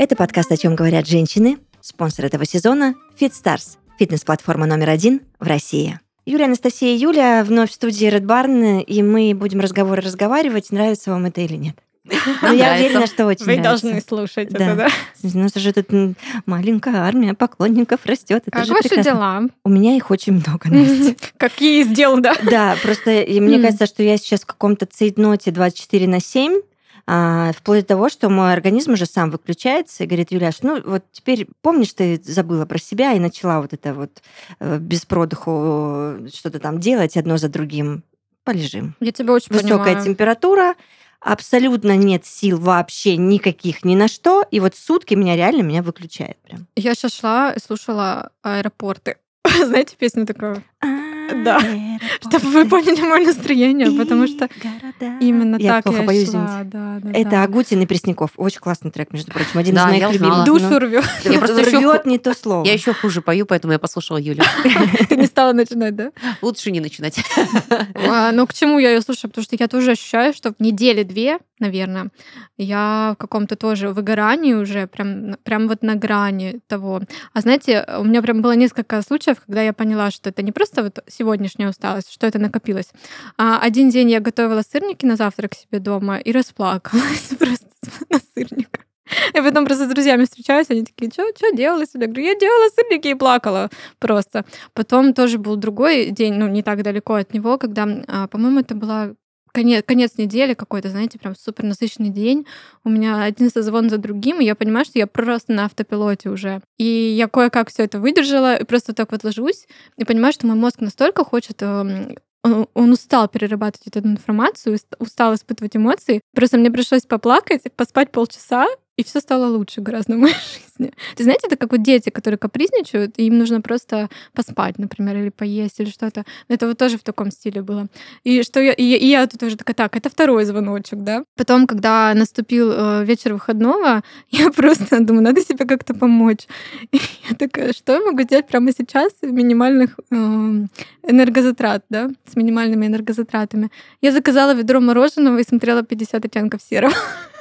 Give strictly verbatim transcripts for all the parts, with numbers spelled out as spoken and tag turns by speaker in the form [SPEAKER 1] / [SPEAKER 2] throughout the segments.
[SPEAKER 1] Это подкаст «О чем говорят женщины». Спонсор этого сезона – FitStars, фитнес-платформа номер один в России. Юлия, Анастасия и Юля вновь в студии Red Barn, и мы будем разговоры разговаривать, нравится вам это или нет. Но я уверена, что очень
[SPEAKER 2] Вы
[SPEAKER 1] нравится.
[SPEAKER 2] должны слушать
[SPEAKER 1] Да.
[SPEAKER 2] это, да?
[SPEAKER 1] У нас же тут маленькая армия поклонников растет.
[SPEAKER 2] Как ваши дела?
[SPEAKER 1] У меня их очень много, Настя.
[SPEAKER 2] Какие сделал, да?
[SPEAKER 1] Да, просто и мне кажется, что я сейчас в каком-то цейтноте двадцать четыре на семь, а, вплоть до того, что мой организм уже сам выключается и говорит: Юляш, ну вот теперь помнишь, ты забыла про себя и начала вот это вот э, без продыху что-то там делать одно за другим. Полежим.
[SPEAKER 2] Я тебя очень
[SPEAKER 1] Высокая
[SPEAKER 2] понимаю.
[SPEAKER 1] температура, абсолютно нет сил вообще никаких ни на что, и вот сутки меня реально меня выключает прям.
[SPEAKER 2] Я сейчас шла и слушала «Аэропорты». Знаете песню такую? Да. Чтобы вы поняли мое настроение, потому что именно
[SPEAKER 1] Я
[SPEAKER 2] так
[SPEAKER 1] плохо
[SPEAKER 2] я
[SPEAKER 1] пою,
[SPEAKER 2] шла.
[SPEAKER 1] извините.
[SPEAKER 2] Да, да,
[SPEAKER 1] Это
[SPEAKER 2] да.
[SPEAKER 1] Агутин и Пресняков. Очень классный трек, между прочим. Один
[SPEAKER 3] Да,
[SPEAKER 1] из моих
[SPEAKER 3] я
[SPEAKER 1] любимых.
[SPEAKER 3] узнала.
[SPEAKER 2] Душу
[SPEAKER 1] но-
[SPEAKER 2] рвет.
[SPEAKER 3] Я просто ещё
[SPEAKER 1] Рвёт
[SPEAKER 3] ху-
[SPEAKER 1] не то слово.
[SPEAKER 3] Я еще хуже пою, поэтому я послушала Юлю.
[SPEAKER 2] Ты не стала начинать, да?
[SPEAKER 3] Лучше не начинать.
[SPEAKER 2] А, ну, к чему я ее слушаю? Потому что я тоже ощущаю, что в недели две, наверное, я в каком-то тоже выгорании уже, прям, прям вот на грани того. А знаете, у меня прям было несколько случаев, когда я поняла, что это не просто вот сегодняшняя усталость, что это накопилось. А один день я готовила сырники на завтрак себе дома и расплакалась просто на сырниках. Я потом просто с друзьями встречаюсь, они такие: что что делала сегодня? Я говорю: я делала сырники и плакала просто. Потом тоже был другой день, ну, не так далеко от него, когда, а, по-моему, это была конец, конец недели какой-то, знаете, прям супер насыщенный день. У меня один созвон за другим, и я понимаю, что я просто на автопилоте уже. И я кое-как все это выдержала, и просто так вот ложусь, и понимаю, что мой мозг настолько хочет... эм, Он он устал перерабатывать эту информацию, уст- устал испытывать эмоции. Просто мне пришлось поплакать, поспать полчаса, и все стало лучше гораздо в моей жизни. Ты знаете, это как вот дети, которые капризничают, и им нужно просто поспать, например, или поесть, или что-то. Это вот тоже в таком стиле было. И что я, и, и я тут уже такая: так, это второй звоночек, да. Потом, когда наступил э, вечер выходного, я просто думаю, надо себе как-то помочь. И я такая: что я могу сделать прямо сейчас в минимальных эм, энергозатрат, да, с минимальными энергозатратами? Я заказала ведро мороженого и смотрела пятьдесят оттенков серого.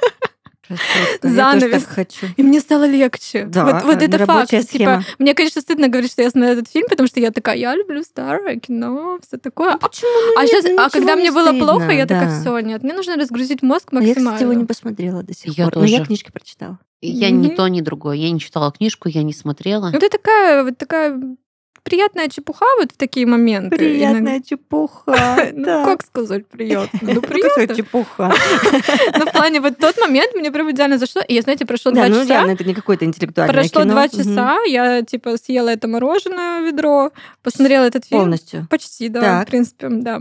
[SPEAKER 1] Красотка. Я
[SPEAKER 2] Занавес.
[SPEAKER 1] тоже так хочу.
[SPEAKER 2] И мне стало легче.
[SPEAKER 1] Да,
[SPEAKER 2] вот, вот это факт.
[SPEAKER 1] рабочая
[SPEAKER 2] Типа,
[SPEAKER 1] схема.
[SPEAKER 2] мне, конечно, стыдно говорить, что я смотрела этот фильм, потому что я такая: я люблю старое кино, все такое. А,
[SPEAKER 1] Почему? Ну,
[SPEAKER 2] а
[SPEAKER 1] нет,
[SPEAKER 2] щас-
[SPEAKER 1] ну,
[SPEAKER 2] а
[SPEAKER 1] ничего
[SPEAKER 2] когда
[SPEAKER 1] не
[SPEAKER 2] мне было
[SPEAKER 1] стыдно,
[SPEAKER 2] плохо, я такая:
[SPEAKER 1] да.
[SPEAKER 2] все, нет, мне нужно разгрузить мозг
[SPEAKER 1] А я,
[SPEAKER 2] максимально.
[SPEAKER 1] кстати, его не посмотрела до сих
[SPEAKER 3] Я
[SPEAKER 1] пор. Но я
[SPEAKER 3] тоже.
[SPEAKER 1] книжки прочитала.
[SPEAKER 3] Я ни
[SPEAKER 2] Мгм.
[SPEAKER 3] то, ни другое. Я не читала книжку, я не смотрела.
[SPEAKER 2] Вот это такая, вот такая приятная чепуха вот в такие моменты.
[SPEAKER 1] Приятная чепуха.
[SPEAKER 2] Иногда. Ну,
[SPEAKER 1] да.
[SPEAKER 2] как сказать приятно? Ну,
[SPEAKER 1] Ну, какая
[SPEAKER 2] приятно.
[SPEAKER 1] чепуха.
[SPEAKER 2] Но в плане вот тот момент мне прям идеально зашло. И, знаете, прошло
[SPEAKER 1] Да,
[SPEAKER 2] два
[SPEAKER 1] ну
[SPEAKER 2] часа.
[SPEAKER 1] явно это не какое-то интеллектуальное
[SPEAKER 2] Прошло
[SPEAKER 1] кино.
[SPEAKER 2] два
[SPEAKER 1] Мгм.
[SPEAKER 2] часа, я типа съела это мороженое ведро, посмотрела этот фильм.
[SPEAKER 1] Полностью.
[SPEAKER 2] Почти, да,
[SPEAKER 1] Так.
[SPEAKER 2] в принципе, да.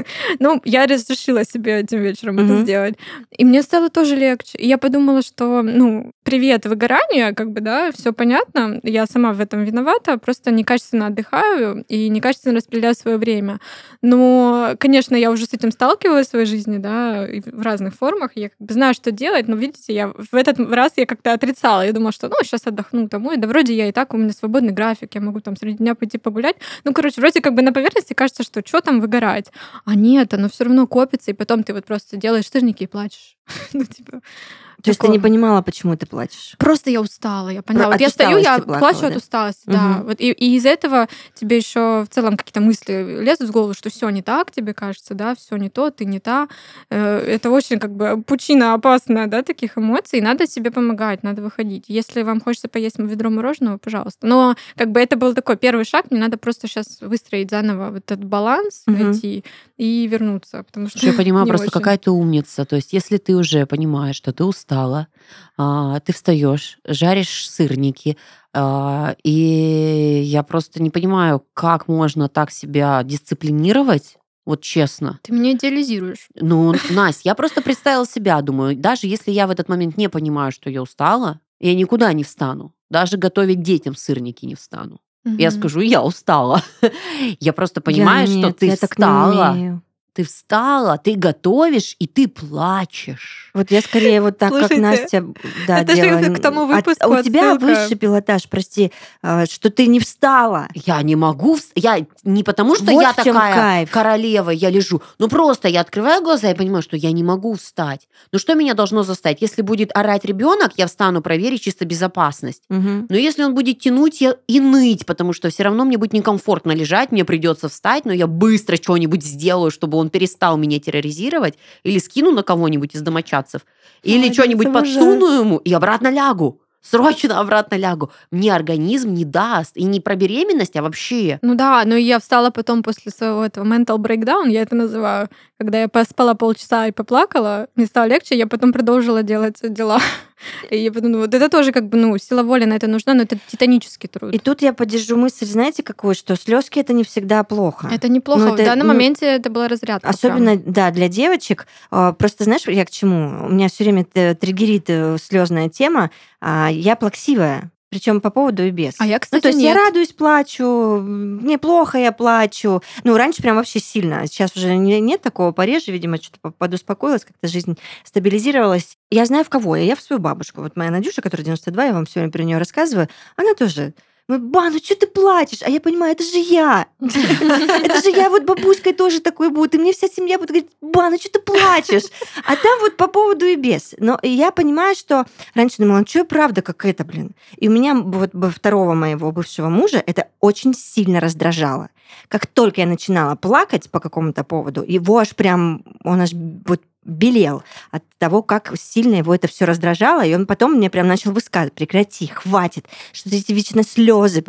[SPEAKER 2] Ну, я разрешила себе этим вечером это
[SPEAKER 1] Мгм.
[SPEAKER 2] сделать. И мне стало тоже легче. И я подумала, что, ну, привет, выгорание, как бы, да, все понятно. Я сама в этом виновата, просто некачественно отдыхаю и некачественно распределяю свое время. Но, конечно, я уже с этим сталкивалась в своей жизни, да, и в разных формах. Я как бы знаю, что делать, но, видите, я в этот раз я как-то отрицала. Я думала, что, ну, сейчас отдохну тому, и да вроде я и так, у меня свободный график, я могу там среди дня пойти погулять. Ну, короче, вроде как бы на поверхности кажется, что что там выгорать. А нет, оно все равно копится, и потом ты вот просто делаешь сырники и плачешь. Ну, типа...
[SPEAKER 1] То есть ты не
[SPEAKER 2] такое.
[SPEAKER 1] понимала, почему ты плачешь?
[SPEAKER 2] Просто я устала, я поняла.
[SPEAKER 1] Про-
[SPEAKER 2] Вот
[SPEAKER 1] от
[SPEAKER 2] я стою, я
[SPEAKER 1] усталости плакала,
[SPEAKER 2] плачу
[SPEAKER 1] да?
[SPEAKER 2] от усталости, да.
[SPEAKER 1] Мгм.
[SPEAKER 2] Вот и, и из-за этого тебе еще в целом какие-то мысли лезут в голову, что все не так, тебе кажется, да, все не то, ты не та. Э, Это очень как бы пучина опасная, да, таких эмоций. Надо себе помогать, надо выходить. Если вам хочется поесть ведро мороженого, пожалуйста. Но как бы это был такой первый шаг, мне надо просто сейчас выстроить заново вот этот баланс,
[SPEAKER 1] Мгм.
[SPEAKER 2] найти и вернуться, потому что
[SPEAKER 3] Слушай, я понимаю
[SPEAKER 2] не
[SPEAKER 3] просто,
[SPEAKER 2] очень.
[SPEAKER 3] какая ты умница. То есть, если ты уже понимаешь, что ты устала, а, ты встаешь, жаришь сырники, а, и я просто не понимаю, как можно так себя дисциплинировать, вот честно.
[SPEAKER 2] Ты меня идеализируешь.
[SPEAKER 3] Ну, Настя, я просто представила себя, думаю, даже если я в этот момент не понимаю, что я устала, я никуда не встану. Даже готовить детям сырники не встану. Я
[SPEAKER 2] Мгм.
[SPEAKER 3] скажу: я устала. Я просто
[SPEAKER 1] Я
[SPEAKER 3] понимаю, что
[SPEAKER 1] нет,
[SPEAKER 3] ты
[SPEAKER 1] я так не
[SPEAKER 3] встала.
[SPEAKER 1] умею.
[SPEAKER 3] ты встала, ты готовишь, и ты плачешь.
[SPEAKER 1] Вот я скорее вот так,
[SPEAKER 2] Слушайте,
[SPEAKER 1] как Настя, да,
[SPEAKER 2] это
[SPEAKER 1] делала.
[SPEAKER 2] же к тому
[SPEAKER 1] А-
[SPEAKER 2] выпуску
[SPEAKER 1] а у тебя
[SPEAKER 2] отсылка.
[SPEAKER 1] высший пилотаж, прости, а, что ты не встала.
[SPEAKER 3] Я не могу, вс- я не потому, что
[SPEAKER 1] Вот
[SPEAKER 3] я
[SPEAKER 1] в чём
[SPEAKER 3] такая
[SPEAKER 1] кайф.
[SPEAKER 3] королева, я лежу. Ну просто я открываю глаза и понимаю, что я не могу встать. Ну что меня должно заставить? Если будет орать ребенок, я встану проверить чисто безопасность.
[SPEAKER 1] Мгм.
[SPEAKER 3] Но если он будет тянуть я и ныть, потому что все равно мне будет некомфортно лежать, мне придется встать, но я быстро что-нибудь сделаю, чтобы он перестал меня терроризировать, или скину на кого-нибудь из домочадцев, или
[SPEAKER 1] Молодец,
[SPEAKER 3] что-нибудь
[SPEAKER 1] обожаю.
[SPEAKER 3] подсуну ему и обратно лягу. Срочно обратно лягу. Мне организм не даст. И не про беременность, а вообще.
[SPEAKER 2] Ну да, но я встала потом после своего этого mental breakdown, я это называю, когда я поспала полчаса и поплакала, мне стало легче, я потом продолжила делать дела. И я подумала, вот это тоже как бы, ну, сила воли на это нужна, но это титанический труд.
[SPEAKER 1] И тут я поддержу мысль, знаете, какую, что слезки это не всегда плохо.
[SPEAKER 2] Это неплохо.
[SPEAKER 1] Ну, это,
[SPEAKER 2] В данном
[SPEAKER 1] ну,
[SPEAKER 2] моменте это была разрядка.
[SPEAKER 1] Особенно,
[SPEAKER 2] прям.
[SPEAKER 1] да, для девочек. А, Просто знаешь, я к чему? У меня все время т- триггерит слезная тема. А, Я плаксивая. Причем по поводу и без.
[SPEAKER 2] А я,
[SPEAKER 1] Ну,
[SPEAKER 2] кстати,
[SPEAKER 1] то есть
[SPEAKER 2] нет.
[SPEAKER 1] я радуюсь, плачу, мне плохо, я плачу. Ну, раньше прям вообще сильно. Сейчас уже не- нет такого, пореже, видимо, что-то по- подуспокоилась, как-то жизнь стабилизировалась. Я знаю, в кого я. Я в свою бабушку. Вот моя Надюша, которая девяносто два, я вам все время про нее рассказываю, она тоже... «Ой, Ба, ну что ты плачешь? А я понимаю, это же я. Это же я вот бабушкой тоже такой буду. И мне вся семья будет говорить, Ба, ну что ты плачешь? А там вот по поводу и без. Но я понимаю, что раньше думала, ну что я правда какая-то, блин. И у меня вот бы второго моего бывшего мужа это очень сильно раздражало. Как только я начинала плакать по какому-то поводу, его аж прям, он аж вот белел от того, как сильно его это все раздражало, и он потом мне прям начал высказывать: прекрати, хватит, что эти вечно слезы,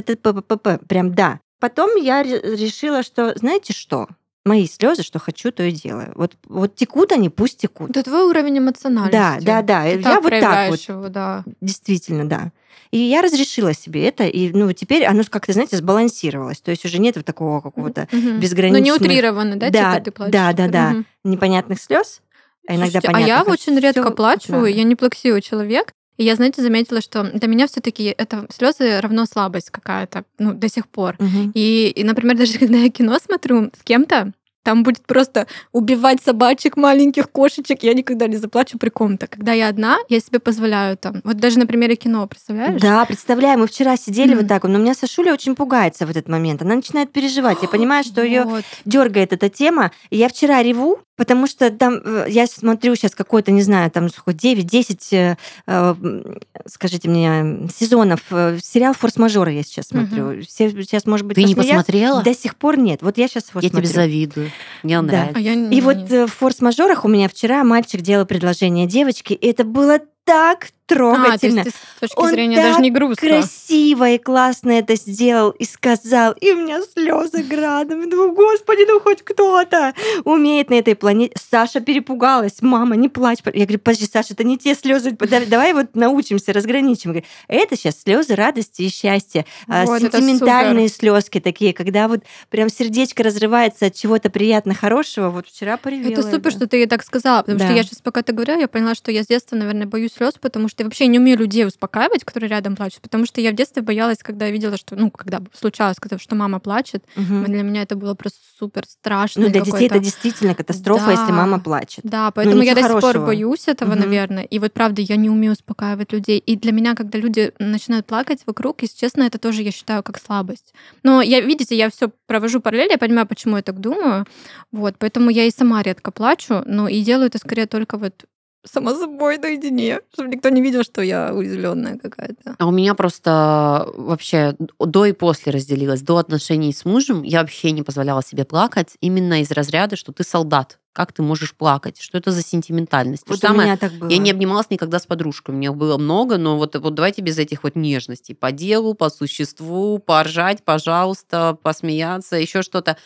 [SPEAKER 1] прям да. Потом я ре- решила, что, знаете что, мои слезы, что хочу, то и делаю. Вот, вот текут они, пусть текут.
[SPEAKER 2] Это твой уровень эмоциональности.
[SPEAKER 1] Да, да, да.
[SPEAKER 2] Ты
[SPEAKER 1] Я
[SPEAKER 2] так
[SPEAKER 1] вот так
[SPEAKER 2] проявляешь
[SPEAKER 1] вот.
[SPEAKER 2] его, да.
[SPEAKER 1] Действительно, да. И я разрешила себе это, и ну теперь оно как-то, знаете, сбалансировалось. То есть уже нет вот такого какого-то
[SPEAKER 2] Мгм.
[SPEAKER 1] безграничного...
[SPEAKER 2] Ну, не утрированно, да,
[SPEAKER 1] Да,
[SPEAKER 2] типа ты плачешь?
[SPEAKER 1] да, да, да.
[SPEAKER 2] Мгм.
[SPEAKER 1] Непонятных слез, а иногда
[SPEAKER 2] Слушайте,
[SPEAKER 1] понятных.
[SPEAKER 2] а я очень редко
[SPEAKER 1] всё
[SPEAKER 2] плачу,
[SPEAKER 1] надо.
[SPEAKER 2] я не плаксивый человек. И я, знаете, заметила, что для меня все таки это слезы равно слабость какая-то, ну, до сих пор.
[SPEAKER 1] Мгм.
[SPEAKER 2] И, и, например, даже когда я кино смотрю с кем-то, там будет просто убивать собачек, маленьких кошечек. Я никогда не заплачу при ком-то. Когда я одна, я себе позволяю там. Вот даже на примере кино, представляешь?
[SPEAKER 1] Да, представляю, мы вчера сидели
[SPEAKER 2] М.
[SPEAKER 1] вот так, вот, но у меня Сашуля очень пугается в этот момент. Она начинает переживать. Я понимаю, что ее
[SPEAKER 2] Вот.
[SPEAKER 1] дергает эта тема. И я вчера реву, потому что там э, я смотрю сейчас какой-то, не знаю, там хоть девять-десять, э, э, м, скажите мне, сезонов. э, Сериал «Форс-мажоры» я сейчас смотрю.
[SPEAKER 2] Мгм.
[SPEAKER 1] Все сейчас, может быть,
[SPEAKER 3] Ты не
[SPEAKER 1] посмеяться.
[SPEAKER 3] посмотрела?
[SPEAKER 1] До сих пор нет. Вот я сейчас его
[SPEAKER 3] Я тебе
[SPEAKER 1] смотрю.
[SPEAKER 3] завидую. Мне
[SPEAKER 1] Да.
[SPEAKER 3] нравится.
[SPEAKER 2] А я
[SPEAKER 1] И вот
[SPEAKER 2] не-
[SPEAKER 1] э, в «Форс-мажорах» у меня вчера мальчик делал предложение девочке, и это было так
[SPEAKER 2] А, то
[SPEAKER 1] трогательно.
[SPEAKER 2] есть ты с точки
[SPEAKER 1] Он
[SPEAKER 2] зрения
[SPEAKER 1] так
[SPEAKER 2] даже не грустно.
[SPEAKER 1] красиво и классно это сделал и сказал, и у меня слезы градом. Я думаю, господи, ну хоть кто-то умеет на этой планете. Саша перепугалась, мама, не плачь. Я говорю, подожди, Саша, это не те слезы, давай вот научимся, разграничим. Я говорю, это сейчас слезы радости и счастья, а,
[SPEAKER 2] Вот, это
[SPEAKER 1] сентиментальные слезки такие, когда вот прям сердечко разрывается от чего-то приятно хорошего. Вот вчера поревела.
[SPEAKER 2] Это супер,
[SPEAKER 1] да.
[SPEAKER 2] что ты ей так сказала, потому
[SPEAKER 1] Да.
[SPEAKER 2] что я сейчас, пока ты говорила, я поняла, что я с детства, наверное, боюсь слез, потому что я вообще не умею людей успокаивать, которые рядом плачут, потому что я в детстве боялась, когда я видела, что, ну, когда случалось, когда, что мама плачет,
[SPEAKER 1] Мгм.
[SPEAKER 2] для меня это было просто супер страшно.
[SPEAKER 1] Ну,
[SPEAKER 2] и
[SPEAKER 1] для детей
[SPEAKER 2] какое-то-
[SPEAKER 1] это действительно катастрофа,
[SPEAKER 2] Да.
[SPEAKER 1] если мама плачет.
[SPEAKER 2] Да, поэтому я до
[SPEAKER 1] ничего
[SPEAKER 2] сих пор
[SPEAKER 1] хорошего.
[SPEAKER 2] боюсь этого,
[SPEAKER 1] Мгм.
[SPEAKER 2] наверное. И вот правда, я не умею успокаивать людей. И для меня, когда люди начинают плакать вокруг, если честно, это тоже я считаю как слабость. Но я, видите, я все провожу параллели, я понимаю, почему я так думаю. Вот, поэтому я и сама редко плачу, но и делаю это скорее только вот сама собой наедине, чтобы никто не видел, что я уязвленная какая-то.
[SPEAKER 3] А у меня просто вообще до и после разделилось. До отношений с мужем я вообще не позволяла себе плакать именно из разряда, что ты солдат. Как ты можешь плакать? Что это за сентиментальность? То
[SPEAKER 1] Вот
[SPEAKER 3] же
[SPEAKER 1] у
[SPEAKER 3] самое,
[SPEAKER 1] меня так было.
[SPEAKER 3] я не обнималась никогда с подружкой. У меня было много, но вот, вот давайте без этих вот нежностей. По делу, по существу, поржать, пожалуйста, посмеяться, еще что-то.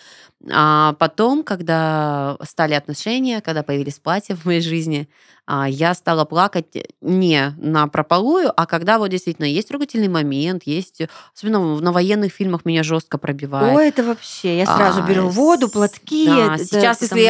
[SPEAKER 3] А потом, когда стали отношения, когда появились платья в моей жизни, а, я стала плакать не на прополую, а когда вот действительно есть трогательный момент, есть, особенно в- на военных фильмах меня жестко пробивает.
[SPEAKER 1] Ой, это вообще, я сразу
[SPEAKER 3] А,
[SPEAKER 1] беру воду,
[SPEAKER 3] с-
[SPEAKER 1] платки.
[SPEAKER 3] да,
[SPEAKER 1] это-
[SPEAKER 3] сейчас,
[SPEAKER 1] потому
[SPEAKER 3] если я
[SPEAKER 1] что-
[SPEAKER 3] у-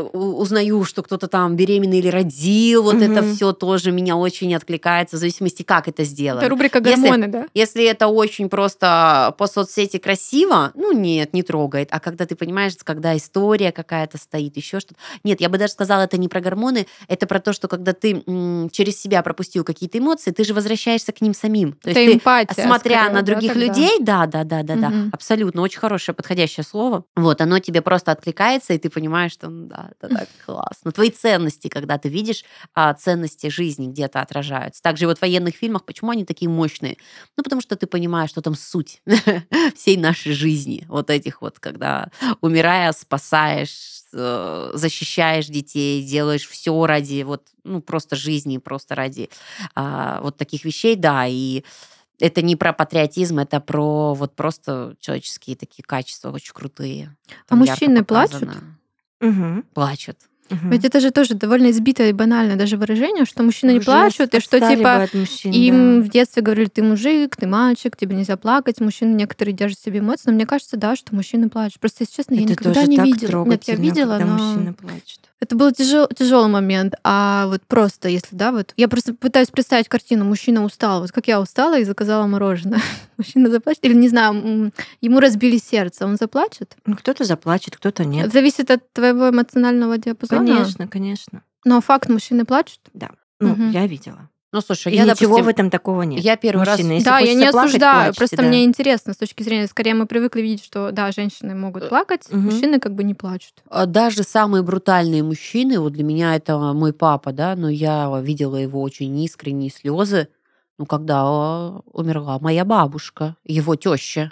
[SPEAKER 3] узнаю, что кто-то там беременный или родил, вот
[SPEAKER 1] Мгм.
[SPEAKER 3] это все тоже меня очень откликается, в зависимости, как это сделано.
[SPEAKER 2] Это рубрика
[SPEAKER 3] Если-
[SPEAKER 2] гормоны, да?
[SPEAKER 3] Если это очень просто по соцсети красиво, ну нет, не трогает. А когда ты понимаешь, когда история какая-то стоит, еще что-то. Нет, я бы даже сказала, это не про гормоны, это про то, что когда ты м, через себя пропустил какие-то эмоции, ты же возвращаешься к ним самим. То
[SPEAKER 2] Это
[SPEAKER 3] есть ты,
[SPEAKER 2] эмпатия,
[SPEAKER 3] смотря
[SPEAKER 2] скорее,
[SPEAKER 3] на
[SPEAKER 2] да,
[SPEAKER 3] других
[SPEAKER 2] тогда?
[SPEAKER 3] людей, да, да, да, да, да,
[SPEAKER 2] Мгм.
[SPEAKER 3] абсолютно, очень хорошее, подходящее слово. Вот, оно тебе просто откликается, и ты понимаешь, что ну да, это так классно. Твои ценности, когда ты видишь а, ценности жизни где-то отражаются. Также и вот в военных фильмах, почему они такие мощные? Ну, потому что ты понимаешь, что там суть всей нашей жизни. Вот этих вот, когда умирая, спасаешь, э, защищаешь детей, делаешь все ради вот, ну, просто жизни, просто ради а, вот таких вещей, да, и это не про патриотизм, это про вот просто человеческие такие качества очень крутые.
[SPEAKER 2] А
[SPEAKER 3] Там ярко
[SPEAKER 2] мужчины плачут?
[SPEAKER 3] показано.
[SPEAKER 1] Мгм.
[SPEAKER 3] Плачут.
[SPEAKER 1] Мгм.
[SPEAKER 2] Ведь это же тоже довольно избитое и банальное даже выражение, что мужчины не
[SPEAKER 1] Уже
[SPEAKER 2] плачут, и что
[SPEAKER 1] отстали бы
[SPEAKER 2] типа
[SPEAKER 1] от мужчин,
[SPEAKER 2] им
[SPEAKER 1] да.
[SPEAKER 2] в детстве говорили, ты мужик, ты мальчик, тебе нельзя плакать. Мужчины некоторые держат в себе эмоции, но мне кажется, да, что мужчины плачут. Просто, если честно, я
[SPEAKER 1] Это
[SPEAKER 2] никогда
[SPEAKER 1] тоже
[SPEAKER 2] не
[SPEAKER 1] так
[SPEAKER 2] видела. Нет, я
[SPEAKER 1] трогательно,
[SPEAKER 2] видела,
[SPEAKER 1] когда
[SPEAKER 2] но
[SPEAKER 1] мужчина плачет.
[SPEAKER 2] это был тяжел, тяжелый момент. А вот просто, если, да, вот я просто пытаюсь представить картину, мужчина устал, вот как я устала и заказала мороженое. Мужчина заплачет? Или, не знаю, м, ему разбили сердце, он заплачет?
[SPEAKER 1] Ну, кто-то заплачет, кто-то нет.
[SPEAKER 2] Зависит от твоего эмоционального диапазона.
[SPEAKER 1] Конечно, конечно.
[SPEAKER 2] Но факт, мужчины плачут?
[SPEAKER 1] Да. Ну,
[SPEAKER 2] Мгм.
[SPEAKER 1] я видела.
[SPEAKER 3] Ну, слушай,
[SPEAKER 1] И
[SPEAKER 3] я,
[SPEAKER 1] ничего
[SPEAKER 3] допустим,
[SPEAKER 1] в этом такого нет.
[SPEAKER 3] я первый раз-
[SPEAKER 1] Мужчина, если
[SPEAKER 2] Да, я
[SPEAKER 1] хочется
[SPEAKER 2] не
[SPEAKER 1] плакать,
[SPEAKER 2] осуждаю,
[SPEAKER 1] плачьте,
[SPEAKER 2] просто
[SPEAKER 1] да.
[SPEAKER 2] мне интересно с точки зрения, скорее мы привыкли видеть, что да, женщины могут плакать,
[SPEAKER 1] Мгм.
[SPEAKER 2] мужчины как бы не плачут.
[SPEAKER 3] А даже самые брутальные мужчины, вот для меня это мой папа, да, но я видела его очень искренние слезы, ну, когда а, умерла моя бабушка, его теща.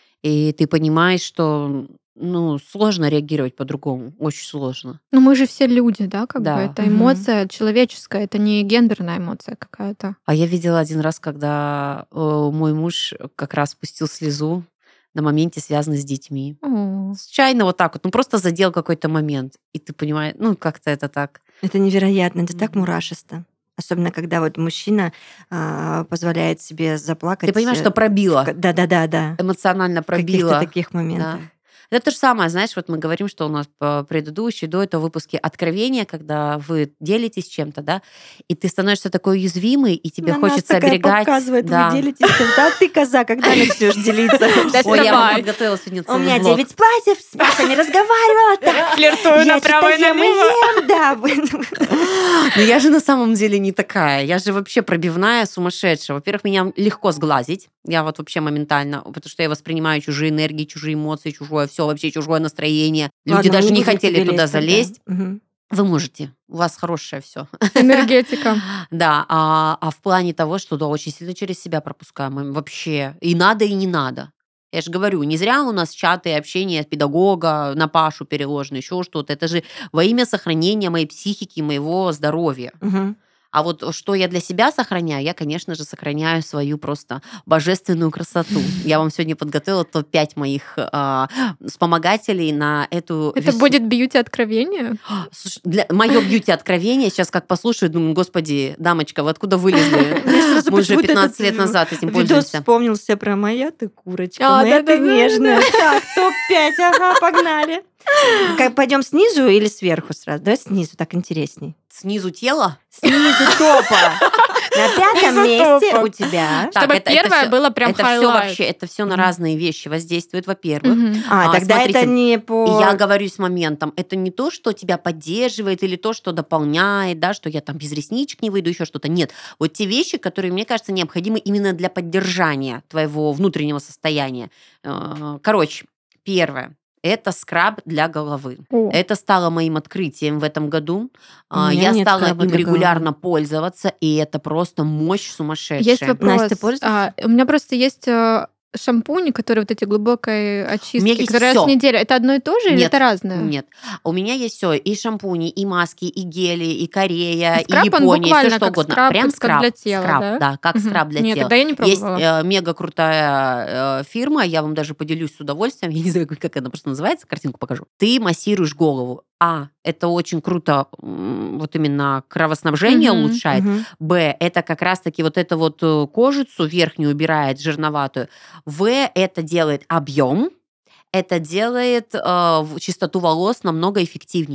[SPEAKER 3] И ты понимаешь, что, ну, сложно реагировать по-другому, очень сложно.
[SPEAKER 2] Но мы же все люди, да, как бы
[SPEAKER 3] Да.
[SPEAKER 2] это
[SPEAKER 1] Мгм.
[SPEAKER 2] эмоция человеческая, это не гендерная эмоция какая-то.
[SPEAKER 3] А я видела один раз, когда э, мой муж как раз пустил слезу на моменте, связанный с детьми.
[SPEAKER 2] О.
[SPEAKER 3] Случайно вот так вот, ну, просто задел какой-то момент. И ты понимаешь, ну, как-то это так.
[SPEAKER 1] Это невероятно, это так
[SPEAKER 3] Мгм.
[SPEAKER 1] мурашисто. Особенно, когда вот мужчина а, позволяет себе заплакать.
[SPEAKER 3] Ты понимаешь,
[SPEAKER 1] э,
[SPEAKER 3] что пробило,
[SPEAKER 1] в ка- Да-да-да-да.
[SPEAKER 3] эмоционально
[SPEAKER 1] В каких-то
[SPEAKER 3] пробило.
[SPEAKER 1] таких моментах.
[SPEAKER 3] Да. Это то же самое, знаешь, вот мы говорим, что у нас по предыдущей, до этого выпуске откровения, когда вы делитесь чем-то, да, и ты становишься такой уязвимый, и тебе
[SPEAKER 1] На нас
[SPEAKER 3] хочется
[SPEAKER 1] такая
[SPEAKER 3] оберегать.
[SPEAKER 1] показывает,
[SPEAKER 3] да.
[SPEAKER 1] вы делитесь чем-то. А ты, коза, когда начнешь делиться?
[SPEAKER 3] Ой, я вам
[SPEAKER 2] Давай.
[SPEAKER 3] подготовила сегодня
[SPEAKER 1] У
[SPEAKER 3] целый
[SPEAKER 1] меня
[SPEAKER 3] блок.
[SPEAKER 1] девять платьев, с Пашей не разговаривала. Так,
[SPEAKER 2] Флиртую
[SPEAKER 1] я
[SPEAKER 2] направо и
[SPEAKER 1] что-то ем и
[SPEAKER 2] налево.
[SPEAKER 1] ем, да. вы-
[SPEAKER 3] Но я же на самом деле не такая. Я же вообще пробивная, сумасшедшая. Во-первых, меня легко сглазить. Я вот вообще моментально, потому что я воспринимаю чужие энергии, чужие эмоции, чужое все, вообще чужое настроение. Люди
[SPEAKER 1] Ладно, мы
[SPEAKER 3] даже не
[SPEAKER 1] будем
[SPEAKER 3] хотели
[SPEAKER 1] тебе
[SPEAKER 3] туда
[SPEAKER 1] лезть тогда.
[SPEAKER 3] залезть.
[SPEAKER 1] Мгм.
[SPEAKER 3] Вы можете. У вас хорошее все.
[SPEAKER 2] Энергетика.
[SPEAKER 3] Да, а, а в плане того, что да, очень сильно через себя пропускаем. Мы вообще и надо, и не надо. Я же говорю, не зря у нас чаты и общение педагога на Пашу переложено, еще что-то. Это же во имя сохранения моей психики, моего здоровья.
[SPEAKER 1] Мгм.
[SPEAKER 3] А вот что я для себя сохраняю, я, конечно же, сохраняю свою просто божественную красоту. Я вам сегодня подготовила топ пять моих а, вспомогателей на эту
[SPEAKER 2] Это
[SPEAKER 3] весну.
[SPEAKER 2] будет бьюти-откровение?
[SPEAKER 3] Слушай, для мое бьюти-откровение, сейчас как послушаю, думаю, господи, дамочка, вы откуда вылезли?
[SPEAKER 1] Мне сразу
[SPEAKER 3] Мы уже
[SPEAKER 1] почему-то
[SPEAKER 3] пятнадцать
[SPEAKER 1] этот
[SPEAKER 3] лет назад этим
[SPEAKER 1] Видос
[SPEAKER 3] пользуемся.
[SPEAKER 1] вспомнился про «Моя ты курочка,
[SPEAKER 2] А,
[SPEAKER 1] моя ты
[SPEAKER 2] да-да-да-да-да.
[SPEAKER 1] нежная». Так, топ пять, ага, погнали. Как, пойдем снизу или сверху сразу? Давай снизу, так интересней.
[SPEAKER 3] Снизу тела?
[SPEAKER 1] Снизу топа. На пятом
[SPEAKER 2] Снизу
[SPEAKER 1] месте
[SPEAKER 2] топа.
[SPEAKER 1] у тебя.
[SPEAKER 3] Так,
[SPEAKER 2] Чтобы
[SPEAKER 3] это- это
[SPEAKER 2] первое
[SPEAKER 3] всё-
[SPEAKER 2] было прям
[SPEAKER 3] Это все
[SPEAKER 2] хайлайт.
[SPEAKER 3] вообще, это все на
[SPEAKER 1] Мгм.
[SPEAKER 3] разные вещи воздействует, во-первых.
[SPEAKER 2] Мгм.
[SPEAKER 1] А,
[SPEAKER 3] А,
[SPEAKER 1] тогда
[SPEAKER 3] смотрите,
[SPEAKER 1] это не
[SPEAKER 3] И
[SPEAKER 1] по...
[SPEAKER 3] я говорю с моментом, это не то, что тебя поддерживает или то, что дополняет, да, что я там без ресничек не выйду, еще что-то. Нет. Вот те вещи, которые, мне кажется, необходимы именно для поддержания твоего внутреннего состояния. Э, Короче, первое. Это скраб для головы.
[SPEAKER 2] О.
[SPEAKER 3] Это стало моим открытием в этом году.
[SPEAKER 1] У
[SPEAKER 3] А,
[SPEAKER 1] меня
[SPEAKER 3] Я
[SPEAKER 1] нет
[SPEAKER 3] стала
[SPEAKER 1] скраба
[SPEAKER 3] им
[SPEAKER 1] для
[SPEAKER 3] регулярно пользоваться, и это просто мощь сумасшедшая.
[SPEAKER 2] Есть вопрос.
[SPEAKER 1] Настя, пользуешься?
[SPEAKER 2] А, у меня просто есть э, шампунь, который вот эти глубокой очистки,
[SPEAKER 3] есть
[SPEAKER 2] которые раз
[SPEAKER 3] всё.
[SPEAKER 2] в неделю. Это одно и то же или
[SPEAKER 3] Нет,
[SPEAKER 2] это разное?
[SPEAKER 3] Нет. У меня есть все: и шампуни, и маски, и гели, и Корея,
[SPEAKER 2] А
[SPEAKER 3] и
[SPEAKER 2] скраб, он
[SPEAKER 3] Япония,
[SPEAKER 2] буквально
[SPEAKER 3] все что
[SPEAKER 2] как
[SPEAKER 3] угодно.
[SPEAKER 2] скраб,
[SPEAKER 3] Прям
[SPEAKER 2] как
[SPEAKER 3] скраб.
[SPEAKER 2] для тела,
[SPEAKER 3] скраб,
[SPEAKER 2] да?
[SPEAKER 3] как
[SPEAKER 2] Мгм.
[SPEAKER 3] скраб для
[SPEAKER 2] Нет,
[SPEAKER 3] тела.
[SPEAKER 2] тогда я не
[SPEAKER 3] Есть
[SPEAKER 2] пробовала.
[SPEAKER 3] э, мега крутая э, фирма, я вам даже поделюсь с удовольствием, я не знаю, как она просто называется, картинку покажу. Ты массируешь голову. А, это очень круто, м, вот именно кровоснабжение
[SPEAKER 2] Мгм.
[SPEAKER 3] улучшает.
[SPEAKER 1] Мгм.
[SPEAKER 3] Б, это как раз-таки вот эту вот э, кожицу верхнюю убирает, жирноватую. В, это делает объем. Это делает э, в- чистоту волос намного эффективнее. То есть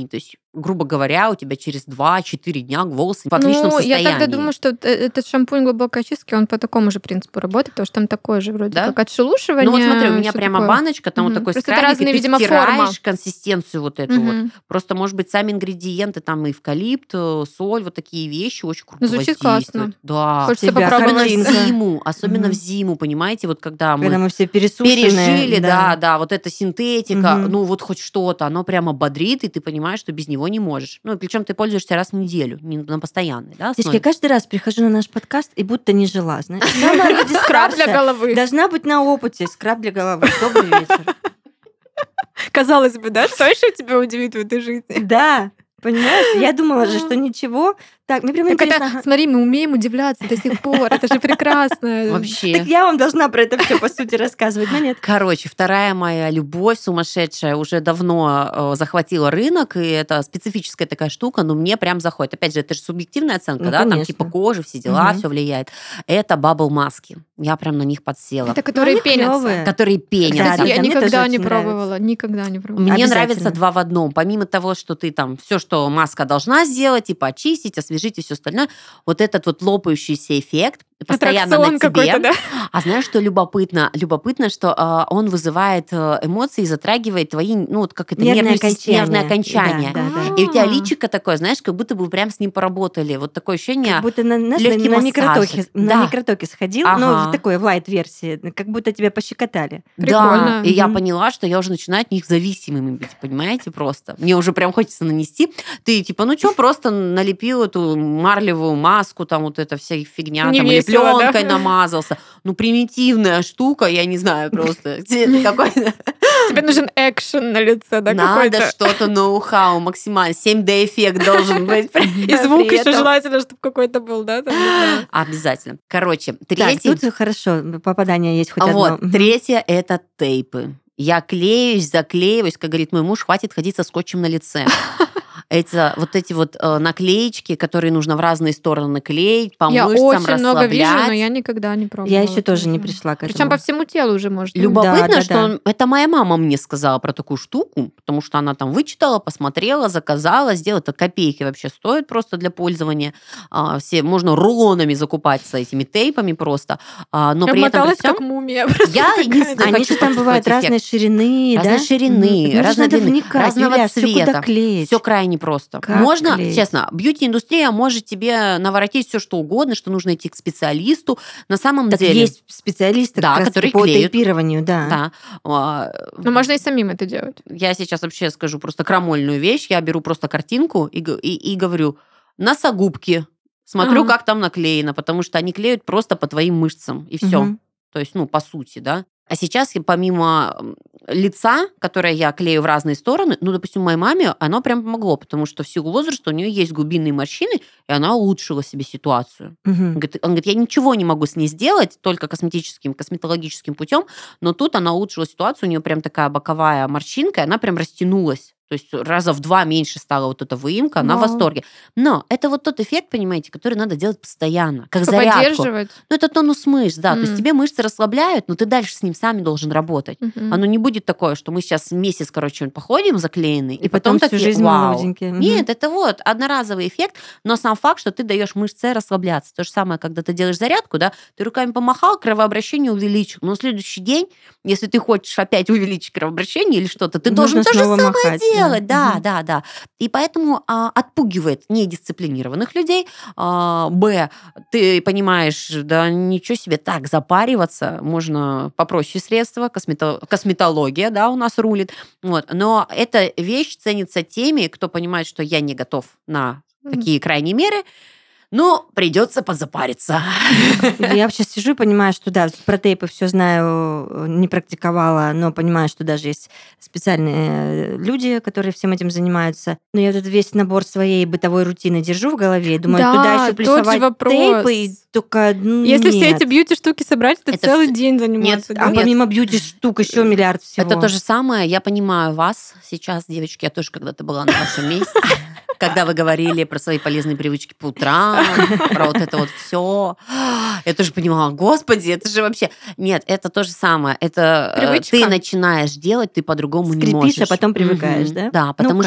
[SPEAKER 3] грубо говоря, у тебя через два-четыре дня волосы в отличном
[SPEAKER 2] Ну,
[SPEAKER 3] состоянии.
[SPEAKER 2] я тогда думаю, что э- этот шампунь глубокой очистки, он по такому же принципу работает, потому что там такое же вроде
[SPEAKER 3] Да?
[SPEAKER 2] как отшелушивание.
[SPEAKER 3] Ну вот смотри, у меня
[SPEAKER 2] всё
[SPEAKER 3] прямо
[SPEAKER 2] такое.
[SPEAKER 3] баночка, там вот
[SPEAKER 2] Мгм.
[SPEAKER 3] такой
[SPEAKER 2] Просто это
[SPEAKER 3] скрабик, и
[SPEAKER 2] разные,
[SPEAKER 3] ты
[SPEAKER 2] видимо,
[SPEAKER 3] втираешь
[SPEAKER 2] форма.
[SPEAKER 3] консистенцию вот эту вот.
[SPEAKER 2] Мгм.
[SPEAKER 3] Просто, может быть, сами ингредиенты, там эвкалипт, э, соль, вот такие вещи очень круто
[SPEAKER 2] Ну, звучит
[SPEAKER 3] воздействуют.
[SPEAKER 2] классно.
[SPEAKER 3] Да.
[SPEAKER 2] Хочется
[SPEAKER 1] Тебя
[SPEAKER 2] попробовать.
[SPEAKER 3] Особенно в
[SPEAKER 1] картинка.
[SPEAKER 3] зиму, особенно в
[SPEAKER 1] Мгм.
[SPEAKER 3] зиму, понимаете, вот когда
[SPEAKER 1] Когда
[SPEAKER 3] мы
[SPEAKER 1] мы все пересушенные.
[SPEAKER 3] пережили, да,
[SPEAKER 1] да.
[SPEAKER 3] да, вот эта синтетика,
[SPEAKER 1] Мгм.
[SPEAKER 3] ну вот хоть что-то, оно прямо бодрит, и ты понимаешь, что без него не можешь. Ну, причем ты пользуешься раз в неделю, не на постоянной, да,
[SPEAKER 1] Девочки, я
[SPEAKER 3] основе.
[SPEAKER 1] каждый раз прихожу на наш подкаст и будто не жила, знаешь. Самая люди
[SPEAKER 2] Скраб для
[SPEAKER 1] старше.
[SPEAKER 2] головы.
[SPEAKER 1] Должна быть на опыте. Скраб для головы. Добрый вечер.
[SPEAKER 2] Казалось бы, да? Что еще тебя удивит в этой жизни?
[SPEAKER 1] Да, понимаешь? Я думала же, что ничего. Так, мне прям
[SPEAKER 2] Так
[SPEAKER 1] интересно.
[SPEAKER 2] это,
[SPEAKER 1] ага.
[SPEAKER 2] смотри, мы умеем удивляться до сих пор. Это же прекрасно.
[SPEAKER 3] Вообще.
[SPEAKER 1] Так я вам должна про это все по сути рассказывать, но нет.
[SPEAKER 3] Короче, вторая моя любовь сумасшедшая уже давно э, захватила рынок, и это специфическая такая штука, но мне прям заходит. Опять же, это же субъективная оценка,
[SPEAKER 1] Ну,
[SPEAKER 3] да, там
[SPEAKER 1] конечно.
[SPEAKER 3] типа кожи, все дела,
[SPEAKER 1] Мгм.
[SPEAKER 3] все влияет. Это бабл-маски. Я прям на них подсела.
[SPEAKER 2] Это которые
[SPEAKER 1] они
[SPEAKER 2] пенятся.
[SPEAKER 1] клёвые.
[SPEAKER 3] Которые пенятся.
[SPEAKER 1] Да,
[SPEAKER 2] Кстати, я
[SPEAKER 1] да, мне тоже
[SPEAKER 2] никогда не
[SPEAKER 1] очень
[SPEAKER 2] пробовала. Никогда не пробовала.
[SPEAKER 3] Мне
[SPEAKER 1] Обязательно.
[SPEAKER 3] нравится два в одном. Помимо того, что ты там все, что маска должна сделать, типа очистить, освежить и все остальное, вот этот вот лопающийся эффект постоянно на
[SPEAKER 2] Аттракцион
[SPEAKER 3] тебе.
[SPEAKER 2] какой-то, да?
[SPEAKER 3] А знаешь, что любопытно? Любопытно, что а, он вызывает э, эмоции, затрагивает твои, ну вот как это,
[SPEAKER 1] Нервные
[SPEAKER 3] нервную сис-
[SPEAKER 1] окончания.
[SPEAKER 3] нервное окончание.
[SPEAKER 1] Да, да, да.
[SPEAKER 3] И у тебя
[SPEAKER 2] А.
[SPEAKER 3] личико такое, знаешь, как будто бы прям с ним поработали. Вот такое ощущение.
[SPEAKER 1] Как будто на, знаешь,
[SPEAKER 3] легкий
[SPEAKER 1] на, на
[SPEAKER 3] массажик.
[SPEAKER 1] микротоке,
[SPEAKER 3] Да.
[SPEAKER 1] на микротоке сходил, но
[SPEAKER 3] Ага.
[SPEAKER 1] в такой в лайт-версии, как будто тебя пощекотали.
[SPEAKER 3] Да,
[SPEAKER 2] Прикольно.
[SPEAKER 3] и я
[SPEAKER 1] Мгм.
[SPEAKER 3] поняла, что я уже начинаю от них зависимыми быть, понимаете, просто. Мне уже прям хочется нанести. Ты типа, ну что, просто налепил эту марлевую маску, там вот эта вся фигня,
[SPEAKER 2] Не
[SPEAKER 3] там, или
[SPEAKER 2] весело, да?
[SPEAKER 3] пленкой намазался. Ну, примитивная штука, я не знаю просто. Какой-то...
[SPEAKER 2] Тебе нужен экшен на лице, да,
[SPEAKER 3] Надо
[SPEAKER 2] какой-то?
[SPEAKER 3] что-то ноу-хау максимально. семь дэ-эффект должен быть.
[SPEAKER 2] И звук
[SPEAKER 3] при
[SPEAKER 2] еще
[SPEAKER 3] этом.
[SPEAKER 2] желательно, чтобы какой-то был, да? там, не знаю.
[SPEAKER 3] Обязательно. Короче,
[SPEAKER 1] Так,
[SPEAKER 3] третий...
[SPEAKER 1] тут хорошо, попадание есть хоть
[SPEAKER 3] Вот,
[SPEAKER 1] одно. Мгм.
[SPEAKER 3] третье – это тейпы. Я клеюсь, заклеиваюсь, как говорит мой муж, хватит ходить со скотчем на лице. Это вот эти вот э, наклеечки, которые нужно в разные стороны клеить, по
[SPEAKER 2] Я
[SPEAKER 3] мышцам
[SPEAKER 2] очень много вижу, но
[SPEAKER 3] расслаблять.
[SPEAKER 2] я никогда не пробовала.
[SPEAKER 1] Я еще тоже не пришла к
[SPEAKER 2] Причем
[SPEAKER 1] этому.
[SPEAKER 2] по всему телу уже можно.
[SPEAKER 3] Любопытно,
[SPEAKER 1] Да, да,
[SPEAKER 3] что
[SPEAKER 1] да.
[SPEAKER 3] он- это моя мама мне сказала про такую штуку, потому что она там вычитала, посмотрела, заказала, сделала. Это копейки вообще стоит просто для пользования. А, все можно рулонами закупаться этими тейпами просто. А, но
[SPEAKER 2] Я
[SPEAKER 3] при этом при
[SPEAKER 2] обмоталась
[SPEAKER 3] всем
[SPEAKER 2] как мумия. просто
[SPEAKER 3] я
[SPEAKER 2] такая,
[SPEAKER 3] единственное
[SPEAKER 2] да.
[SPEAKER 1] Они
[SPEAKER 3] хочу
[SPEAKER 1] же там бывают
[SPEAKER 3] почувствовать
[SPEAKER 1] разной
[SPEAKER 3] эффект.
[SPEAKER 1] ширины,
[SPEAKER 3] Разной
[SPEAKER 1] да?
[SPEAKER 3] ширины,
[SPEAKER 1] Мгм. Ну,
[SPEAKER 3] разной
[SPEAKER 1] надо
[SPEAKER 3] длины,
[SPEAKER 1] вникать,
[SPEAKER 3] разного
[SPEAKER 1] Юля, всё
[SPEAKER 3] цвета.
[SPEAKER 1] куда клеить.
[SPEAKER 3] Все крайне просто.
[SPEAKER 1] Как
[SPEAKER 3] Можно,
[SPEAKER 1] клеить?
[SPEAKER 3] честно, бьюти-индустрия может тебе наворотить все, что угодно, что нужно идти к специалисту. На самом
[SPEAKER 1] Так
[SPEAKER 3] деле...
[SPEAKER 1] есть специалисты
[SPEAKER 3] Да,
[SPEAKER 1] как раз
[SPEAKER 3] которые
[SPEAKER 1] по
[SPEAKER 3] клеют.
[SPEAKER 1] тейпированию, да.
[SPEAKER 3] Да. А,
[SPEAKER 2] Ну, можно и самим это делать.
[SPEAKER 3] Я сейчас вообще скажу просто крамольную вещь. Я беру просто картинку и, г- и, и говорю, носогубки. Смотрю,
[SPEAKER 2] Ага.
[SPEAKER 3] как там наклеено, потому что они клеют просто по твоим мышцам, и все.
[SPEAKER 1] Мгм.
[SPEAKER 3] То есть, ну, по сути, да. А сейчас я помимо м, лица, которое я клею в разные стороны, ну, допустим, моей маме оно прям помогло, потому что в силу возраста у нее есть глубинные морщины, и она улучшила себе ситуацию. Он
[SPEAKER 1] Мгм.
[SPEAKER 3] говорит, он говорит, я ничего не могу с ней сделать, только косметическим, косметологическим путем, но тут она улучшила ситуацию, у нее прям такая боковая морщинка, и она прям растянулась. То есть раза в два меньше стала вот эта выемка, она в
[SPEAKER 2] Вау.
[SPEAKER 3] восторге. Но это вот тот эффект, понимаете, который надо делать постоянно, как
[SPEAKER 2] Типа
[SPEAKER 3] зарядку.
[SPEAKER 2] поддерживать.
[SPEAKER 3] Ну, это тонус мышц, да. То есть
[SPEAKER 2] М.
[SPEAKER 3] тебе мышцы расслабляют, но ты дальше с ним сами должен работать.
[SPEAKER 2] Мгм.
[SPEAKER 3] Оно не будет такое, что мы сейчас месяц, короче, походим заклеенный, и,
[SPEAKER 1] И потом всю
[SPEAKER 3] такие,
[SPEAKER 1] жизнь
[SPEAKER 3] вау.
[SPEAKER 1] молоденькие. Мгм.
[SPEAKER 3] Нет, это вот одноразовый эффект, но сам факт, что ты даешь мышце расслабляться. То же самое, когда ты делаешь зарядку, да, ты руками помахал, кровообращение увеличил. Но на следующий день, если ты хочешь опять увеличить кровообращение или что-то, ты должен
[SPEAKER 1] Нужно
[SPEAKER 3] то же
[SPEAKER 1] снова
[SPEAKER 3] самое
[SPEAKER 1] махать, да.
[SPEAKER 3] делать. Да,
[SPEAKER 1] Мгм.
[SPEAKER 3] да, да. И поэтому а, отпугивает недисциплинированных людей. А, Б, ты понимаешь, да ничего себе, так запариваться, можно попроще средства, космето- косметология, да, у нас рулит. Вот. Но эта вещь ценится теми, кто понимает, что я не готов на
[SPEAKER 2] Мгм.
[SPEAKER 3] такие крайние меры, но придется позапариться.
[SPEAKER 1] Я сейчас сижу и понимаю, что да, про тейпы все знаю, не практиковала, но понимаю, что даже есть специальные люди, которые всем этим занимаются. Но я этот весь набор своей бытовой рутины держу в голове и думаю,
[SPEAKER 2] Да,
[SPEAKER 1] туда еще
[SPEAKER 2] тот же
[SPEAKER 1] плюсовать
[SPEAKER 2] вопрос.
[SPEAKER 1] тейпы, и только ну,
[SPEAKER 2] Если все
[SPEAKER 1] нет.
[SPEAKER 2] эти бьюти-штуки собрать, это,
[SPEAKER 3] Это
[SPEAKER 2] целый
[SPEAKER 3] вс-
[SPEAKER 2] день заниматься.
[SPEAKER 1] А
[SPEAKER 2] да.
[SPEAKER 1] помимо бьюти-штук еще миллиард всего.
[SPEAKER 3] Это то же самое. Я понимаю вас сейчас, девочки. Я тоже когда-то была на вашем месте. Когда вы говорили про свои полезные привычки по утрам, про вот это вот все. Я тоже понимала, господи, это же вообще... Нет, это то же самое. Это э,
[SPEAKER 2] Привычка.
[SPEAKER 3] ты начинаешь делать, ты по-другому не
[SPEAKER 1] Скрипишь,
[SPEAKER 3] можешь.
[SPEAKER 1] а потом привыкаешь,
[SPEAKER 3] Мгм.
[SPEAKER 1] да?
[SPEAKER 3] Да,
[SPEAKER 1] Ну,
[SPEAKER 3] потому
[SPEAKER 1] кайф.
[SPEAKER 3] что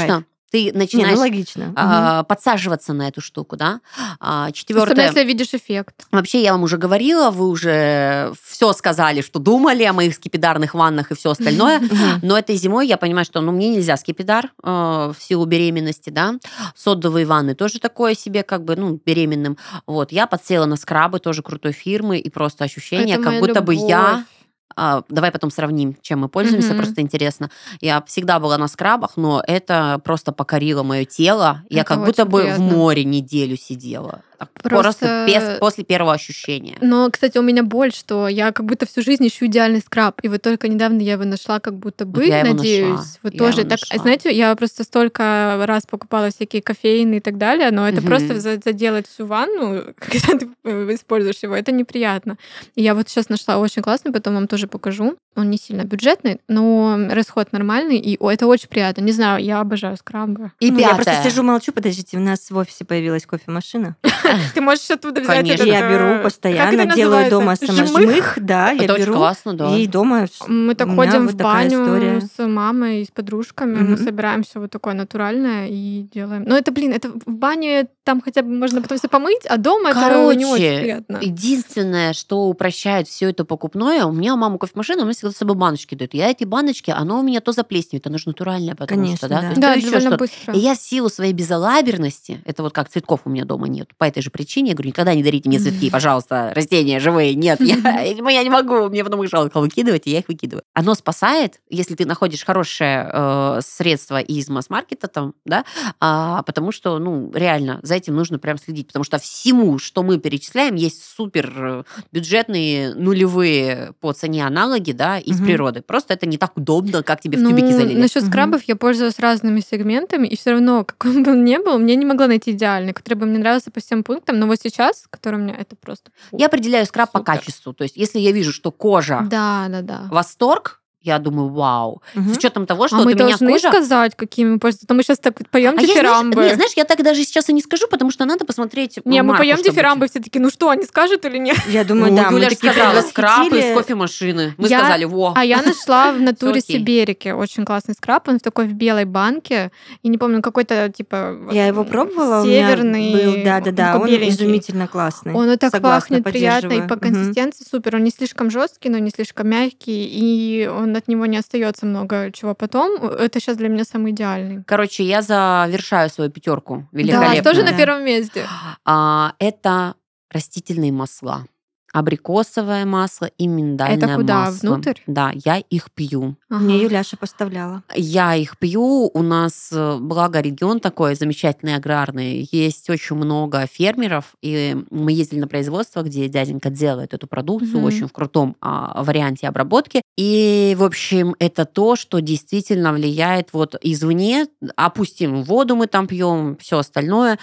[SPEAKER 3] Ты
[SPEAKER 1] Не,
[SPEAKER 3] начинаешь
[SPEAKER 1] ну логично. Мгм.
[SPEAKER 3] а, подсаживаться на эту штуку, да. А,
[SPEAKER 2] Особенно,
[SPEAKER 3] Четвертое.
[SPEAKER 2] если видишь эффект.
[SPEAKER 3] Вообще, я вам уже говорила, вы уже все сказали, что думали о моих скипидарных ваннах и все остальное.
[SPEAKER 1] Мгм.
[SPEAKER 3] Но этой зимой я понимаю, что ну, мне нельзя скипидар э, в силу беременности, да. Содовые ванны тоже такое себе, как бы, ну, беременным. Вот, я подсела на скрабы тоже крутой фирмы, и просто ощущение,
[SPEAKER 2] Это
[SPEAKER 3] как
[SPEAKER 2] моя
[SPEAKER 3] будто бы
[SPEAKER 2] любовь.
[SPEAKER 3] я... а, Давай потом сравним, чем мы пользуемся,
[SPEAKER 2] Мгм.
[SPEAKER 3] просто интересно. Я всегда была на скрабах, но это просто покорило мое тело. Я
[SPEAKER 2] Это
[SPEAKER 3] как будто
[SPEAKER 2] очень
[SPEAKER 3] бы в
[SPEAKER 2] приятно.
[SPEAKER 3] море неделю сидела. Так, Просто пес-
[SPEAKER 2] Просто...
[SPEAKER 3] после первого ощущения.
[SPEAKER 2] Но, кстати, у меня боль, что я как будто всю жизнь ищу идеальный скраб. И вот только недавно я его нашла, как будто
[SPEAKER 3] Вот
[SPEAKER 2] бы,
[SPEAKER 3] я его
[SPEAKER 2] надеюсь.
[SPEAKER 3] нашла.
[SPEAKER 2] Вот
[SPEAKER 3] Я
[SPEAKER 2] тоже
[SPEAKER 3] его
[SPEAKER 2] так.
[SPEAKER 3] нашла.
[SPEAKER 2] Знаете, я просто столько раз покупала всякие кофеины и так далее, но это просто
[SPEAKER 3] Мгм.
[SPEAKER 2] за- заделать всю ванну, когда ты э, используешь его, это неприятно. И я вот сейчас нашла очень классный, потом вам тоже покажу. Он не сильно бюджетный, но расход нормальный, и о, это очень приятно. Не знаю, я обожаю скрабы.
[SPEAKER 3] И
[SPEAKER 1] Ну, я просто
[SPEAKER 3] пятое.
[SPEAKER 1] сижу, молчу, подождите, у нас в офисе появилась кофемашина.
[SPEAKER 2] Ты можешь оттуда взять
[SPEAKER 3] Конечно.
[SPEAKER 2] этот...
[SPEAKER 1] Я беру
[SPEAKER 2] э, как
[SPEAKER 1] постоянно,
[SPEAKER 2] это
[SPEAKER 1] делаю дома
[SPEAKER 2] называется?
[SPEAKER 1] саможмых, да, я
[SPEAKER 3] Это очень
[SPEAKER 1] беру,
[SPEAKER 3] классно, да.
[SPEAKER 1] и дома
[SPEAKER 2] Мы так
[SPEAKER 1] у меня
[SPEAKER 2] ходим
[SPEAKER 1] вот
[SPEAKER 2] в
[SPEAKER 1] такая
[SPEAKER 2] баню
[SPEAKER 1] история.
[SPEAKER 2] с мамой и с подружками, мы
[SPEAKER 1] Мгм.
[SPEAKER 2] собираем все вот такое натуральное и делаем. Но это, блин, это в бане там хотя бы можно потом все помыть, а дома это не очень
[SPEAKER 3] Короче,
[SPEAKER 2] приятно.
[SPEAKER 3] единственное, что упрощает все это покупное, у меня мама кофемашина, у меня всегда с собой баночки дают. Я эти баночки, оно у меня то заплесневеет, оно же натуральное, потому
[SPEAKER 1] Конечно,
[SPEAKER 3] что, да,
[SPEAKER 1] да.
[SPEAKER 3] то есть
[SPEAKER 2] Да,
[SPEAKER 3] то
[SPEAKER 2] это
[SPEAKER 3] еще
[SPEAKER 2] довольно
[SPEAKER 3] что-то.
[SPEAKER 2] быстро.
[SPEAKER 3] И я в силу своей безалаберности, это вот как цветков у меня дома нет, по этой же причине, я говорю, никогда не дарите мне цветки, пожалуйста, растения живые, нет, я, я не могу, мне потом их жалко выкидывать, и я их выкидываю. Оно спасает, если ты находишь хорошее э, средство из масс-маркета, там, да, а, потому что, ну, реально, за этим нужно прям следить, потому что всему, что мы перечисляем, есть супер э, бюджетные нулевые по цене аналоги, да, из
[SPEAKER 1] Мгм.
[SPEAKER 3] природы. Просто это не так удобно, как тебе в тюбике
[SPEAKER 2] Ну,
[SPEAKER 3] залили.
[SPEAKER 2] насчет
[SPEAKER 1] Мгм.
[SPEAKER 2] скрабов я пользуюсь разными сегментами, и все равно, какой бы он ни был, мне не могла найти идеальный, который бы мне нравился по всем пунктам. Но вот сейчас, который у меня, это просто
[SPEAKER 3] Я определяю скраб по
[SPEAKER 2] супер.
[SPEAKER 3] качеству. То есть, если я вижу, что кожа
[SPEAKER 2] Да, да, да.
[SPEAKER 3] восторг, я думаю, вау.
[SPEAKER 1] Мгм.
[SPEAKER 3] С учетом того, что
[SPEAKER 2] А
[SPEAKER 3] вот
[SPEAKER 2] мы
[SPEAKER 3] у меня
[SPEAKER 2] должны
[SPEAKER 3] кожа...
[SPEAKER 2] сказать, какими мы пользуемся. А то мы сейчас так поем
[SPEAKER 3] А я, знаешь,
[SPEAKER 2] дифирамбы.
[SPEAKER 3] не, знаешь, я так даже сейчас и не скажу, потому что надо посмотреть
[SPEAKER 2] Не, мы
[SPEAKER 3] марку,
[SPEAKER 2] поем
[SPEAKER 3] чтобы-
[SPEAKER 2] дифирамбы, все таки ну что, они скажут или нет?
[SPEAKER 1] Я думаю,
[SPEAKER 3] Ну,
[SPEAKER 1] да, мы
[SPEAKER 3] Юля же
[SPEAKER 1] такие
[SPEAKER 3] сказала, скраб из
[SPEAKER 1] предвосхитили.
[SPEAKER 3] кофемашины. Мы
[SPEAKER 2] Я-
[SPEAKER 3] сказали, во.
[SPEAKER 2] А я нашла в натуре
[SPEAKER 3] Всё окей.
[SPEAKER 2] Сиберики очень классный скраб, он в такой в белой банке, и не помню, какой-то типа
[SPEAKER 1] Я его
[SPEAKER 2] м,
[SPEAKER 1] пробовала, у меня
[SPEAKER 2] северный,
[SPEAKER 1] был, да-да-да,
[SPEAKER 2] такой
[SPEAKER 1] он
[SPEAKER 2] беленький.
[SPEAKER 1] изумительно классный.
[SPEAKER 2] Он и так
[SPEAKER 1] Согласна,
[SPEAKER 2] пахнет приятно, и
[SPEAKER 1] поддерживаю.
[SPEAKER 2] по
[SPEAKER 1] Мгм.
[SPEAKER 2] консистенции супер. Он не слишком жесткий, но не слишком мягкий, и он от него не остается много чего потом. Это сейчас для меня самый идеальный.
[SPEAKER 3] Короче, я завершаю свою пятерку
[SPEAKER 2] Да,
[SPEAKER 3] великолепную.
[SPEAKER 2] что же на
[SPEAKER 1] Да.
[SPEAKER 2] первом месте?
[SPEAKER 3] А, это растительные масла. Абрикосовое масло и миндальное
[SPEAKER 2] куда,
[SPEAKER 3] масло.
[SPEAKER 2] внутрь?
[SPEAKER 3] Да, я их пью.
[SPEAKER 1] Мне
[SPEAKER 2] Ага.
[SPEAKER 1] Юляша поставляла.
[SPEAKER 3] Я их пью. У нас, э, благо, регион такой замечательный, аграрный. Есть очень много фермеров. И мы ездили на производство, где дяденька делает эту продукцию
[SPEAKER 2] Мгм.
[SPEAKER 3] очень в крутом а, варианте обработки. И, в общем, это то, что действительно влияет вот извне. Опустим воду мы там пьем, все остальное.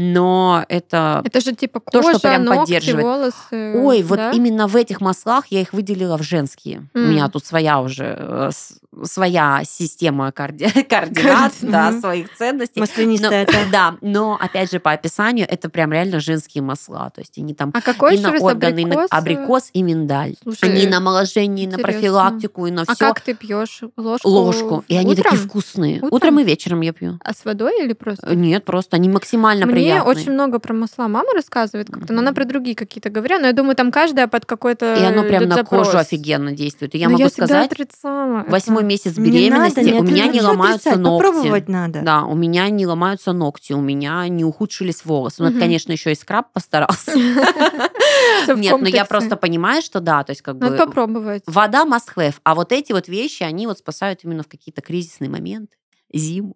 [SPEAKER 3] Но это...
[SPEAKER 2] Это же типа
[SPEAKER 3] То,
[SPEAKER 2] кожа,
[SPEAKER 3] что прям
[SPEAKER 2] ногти,
[SPEAKER 3] поддерживает.
[SPEAKER 2] волосы.
[SPEAKER 3] Ой, вот
[SPEAKER 2] да?
[SPEAKER 3] именно в этих маслах я их выделила в женские. У
[SPEAKER 2] М.
[SPEAKER 3] меня тут своя уже э, с- своя система коорди- координат, да,
[SPEAKER 1] Мгм.
[SPEAKER 3] своих ценностей. Но-
[SPEAKER 1] Маслянистая это.
[SPEAKER 3] да, но опять же по описанию это прям реально женские масла, то есть они там
[SPEAKER 2] А какой
[SPEAKER 3] и
[SPEAKER 2] еще
[SPEAKER 3] на
[SPEAKER 2] раз
[SPEAKER 3] органы, и на
[SPEAKER 2] абрикос?
[SPEAKER 3] абрикос и миндаль.
[SPEAKER 2] Слушай,
[SPEAKER 3] Они на омоложение, и на
[SPEAKER 2] интересно.
[SPEAKER 3] профилактику, и на
[SPEAKER 2] А
[SPEAKER 3] все
[SPEAKER 2] как ты пьешь ложку?
[SPEAKER 3] ложку. И они
[SPEAKER 2] утром?
[SPEAKER 3] такие вкусные.
[SPEAKER 2] Утром?
[SPEAKER 3] Утром и вечером я пью.
[SPEAKER 2] А с водой или просто?
[SPEAKER 3] Нет, просто они максимально
[SPEAKER 2] Мне
[SPEAKER 3] приятные.
[SPEAKER 2] очень много про масла мама рассказывает как-то, но
[SPEAKER 3] Мгм.
[SPEAKER 2] она про другие какие-то говорят, но я думаю, там каждая под какой-то
[SPEAKER 3] И оно прям
[SPEAKER 2] идёт
[SPEAKER 3] на
[SPEAKER 2] запрос.
[SPEAKER 3] кожу офигенно действует. И я
[SPEAKER 2] Но
[SPEAKER 3] могу
[SPEAKER 2] я всегда
[SPEAKER 3] сказать,
[SPEAKER 2] отрицала это.
[SPEAKER 3] восьмой месяц
[SPEAKER 1] Не
[SPEAKER 3] беременности
[SPEAKER 1] надо, не
[SPEAKER 3] у меня
[SPEAKER 1] отрицать.
[SPEAKER 3] не
[SPEAKER 1] Что
[SPEAKER 3] ломаются
[SPEAKER 1] отрицать?
[SPEAKER 3] ногти.
[SPEAKER 1] Попробовать надо.
[SPEAKER 3] Да, у меня не ломаются ногти, у меня не ухудшились волосы. Ну, это,
[SPEAKER 2] Мгм.
[SPEAKER 3] конечно, еще и скраб постарался.
[SPEAKER 2] Всё в
[SPEAKER 3] Нет, но я
[SPEAKER 2] комплексе.
[SPEAKER 3] просто понимаю, что да, то есть как
[SPEAKER 2] Надо
[SPEAKER 3] бы
[SPEAKER 2] попробовать.
[SPEAKER 3] вода must have, а вот эти вот вещи, они вот спасают именно в какие-то кризисные моменты, зиму.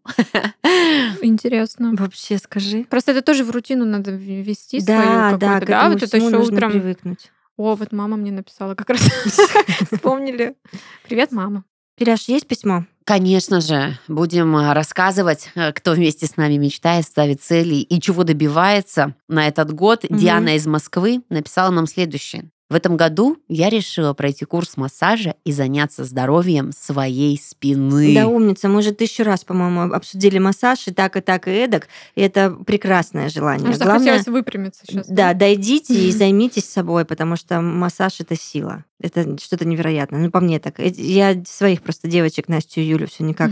[SPEAKER 2] Интересно.
[SPEAKER 1] Вообще скажи.
[SPEAKER 2] Просто это тоже в рутину надо в- ввести свою
[SPEAKER 1] Да, да,
[SPEAKER 2] какую-то,
[SPEAKER 1] к
[SPEAKER 2] да,
[SPEAKER 1] этому
[SPEAKER 2] вот это
[SPEAKER 1] всему
[SPEAKER 2] еще
[SPEAKER 1] нужно
[SPEAKER 2] утром.
[SPEAKER 1] привыкнуть.
[SPEAKER 2] О, вот мама мне написала как раз. Вспомнили. Привет, мама.
[SPEAKER 1] Перяш, есть письмо?
[SPEAKER 3] Конечно же, будем э, рассказывать, э, кто вместе с нами мечтает, ставит цели и чего добивается на этот год.
[SPEAKER 1] Мгм.
[SPEAKER 3] Диана из Москвы написала нам следующее. В этом году я решила пройти курс массажа и заняться здоровьем своей спины.
[SPEAKER 1] Да, умница. Мы уже тысячу раз, по-моему, обсудили массаж и так, и так, и эдак. И это прекрасное желание.
[SPEAKER 2] Аж
[SPEAKER 1] Главное,
[SPEAKER 2] захотелось выпрямиться сейчас.
[SPEAKER 1] да, дойдите и займитесь собой, потому что массаж — это сила. Это что-то невероятное. Ну, по мне так. Э, Я своих просто девочек, Настю и Юлю, все никак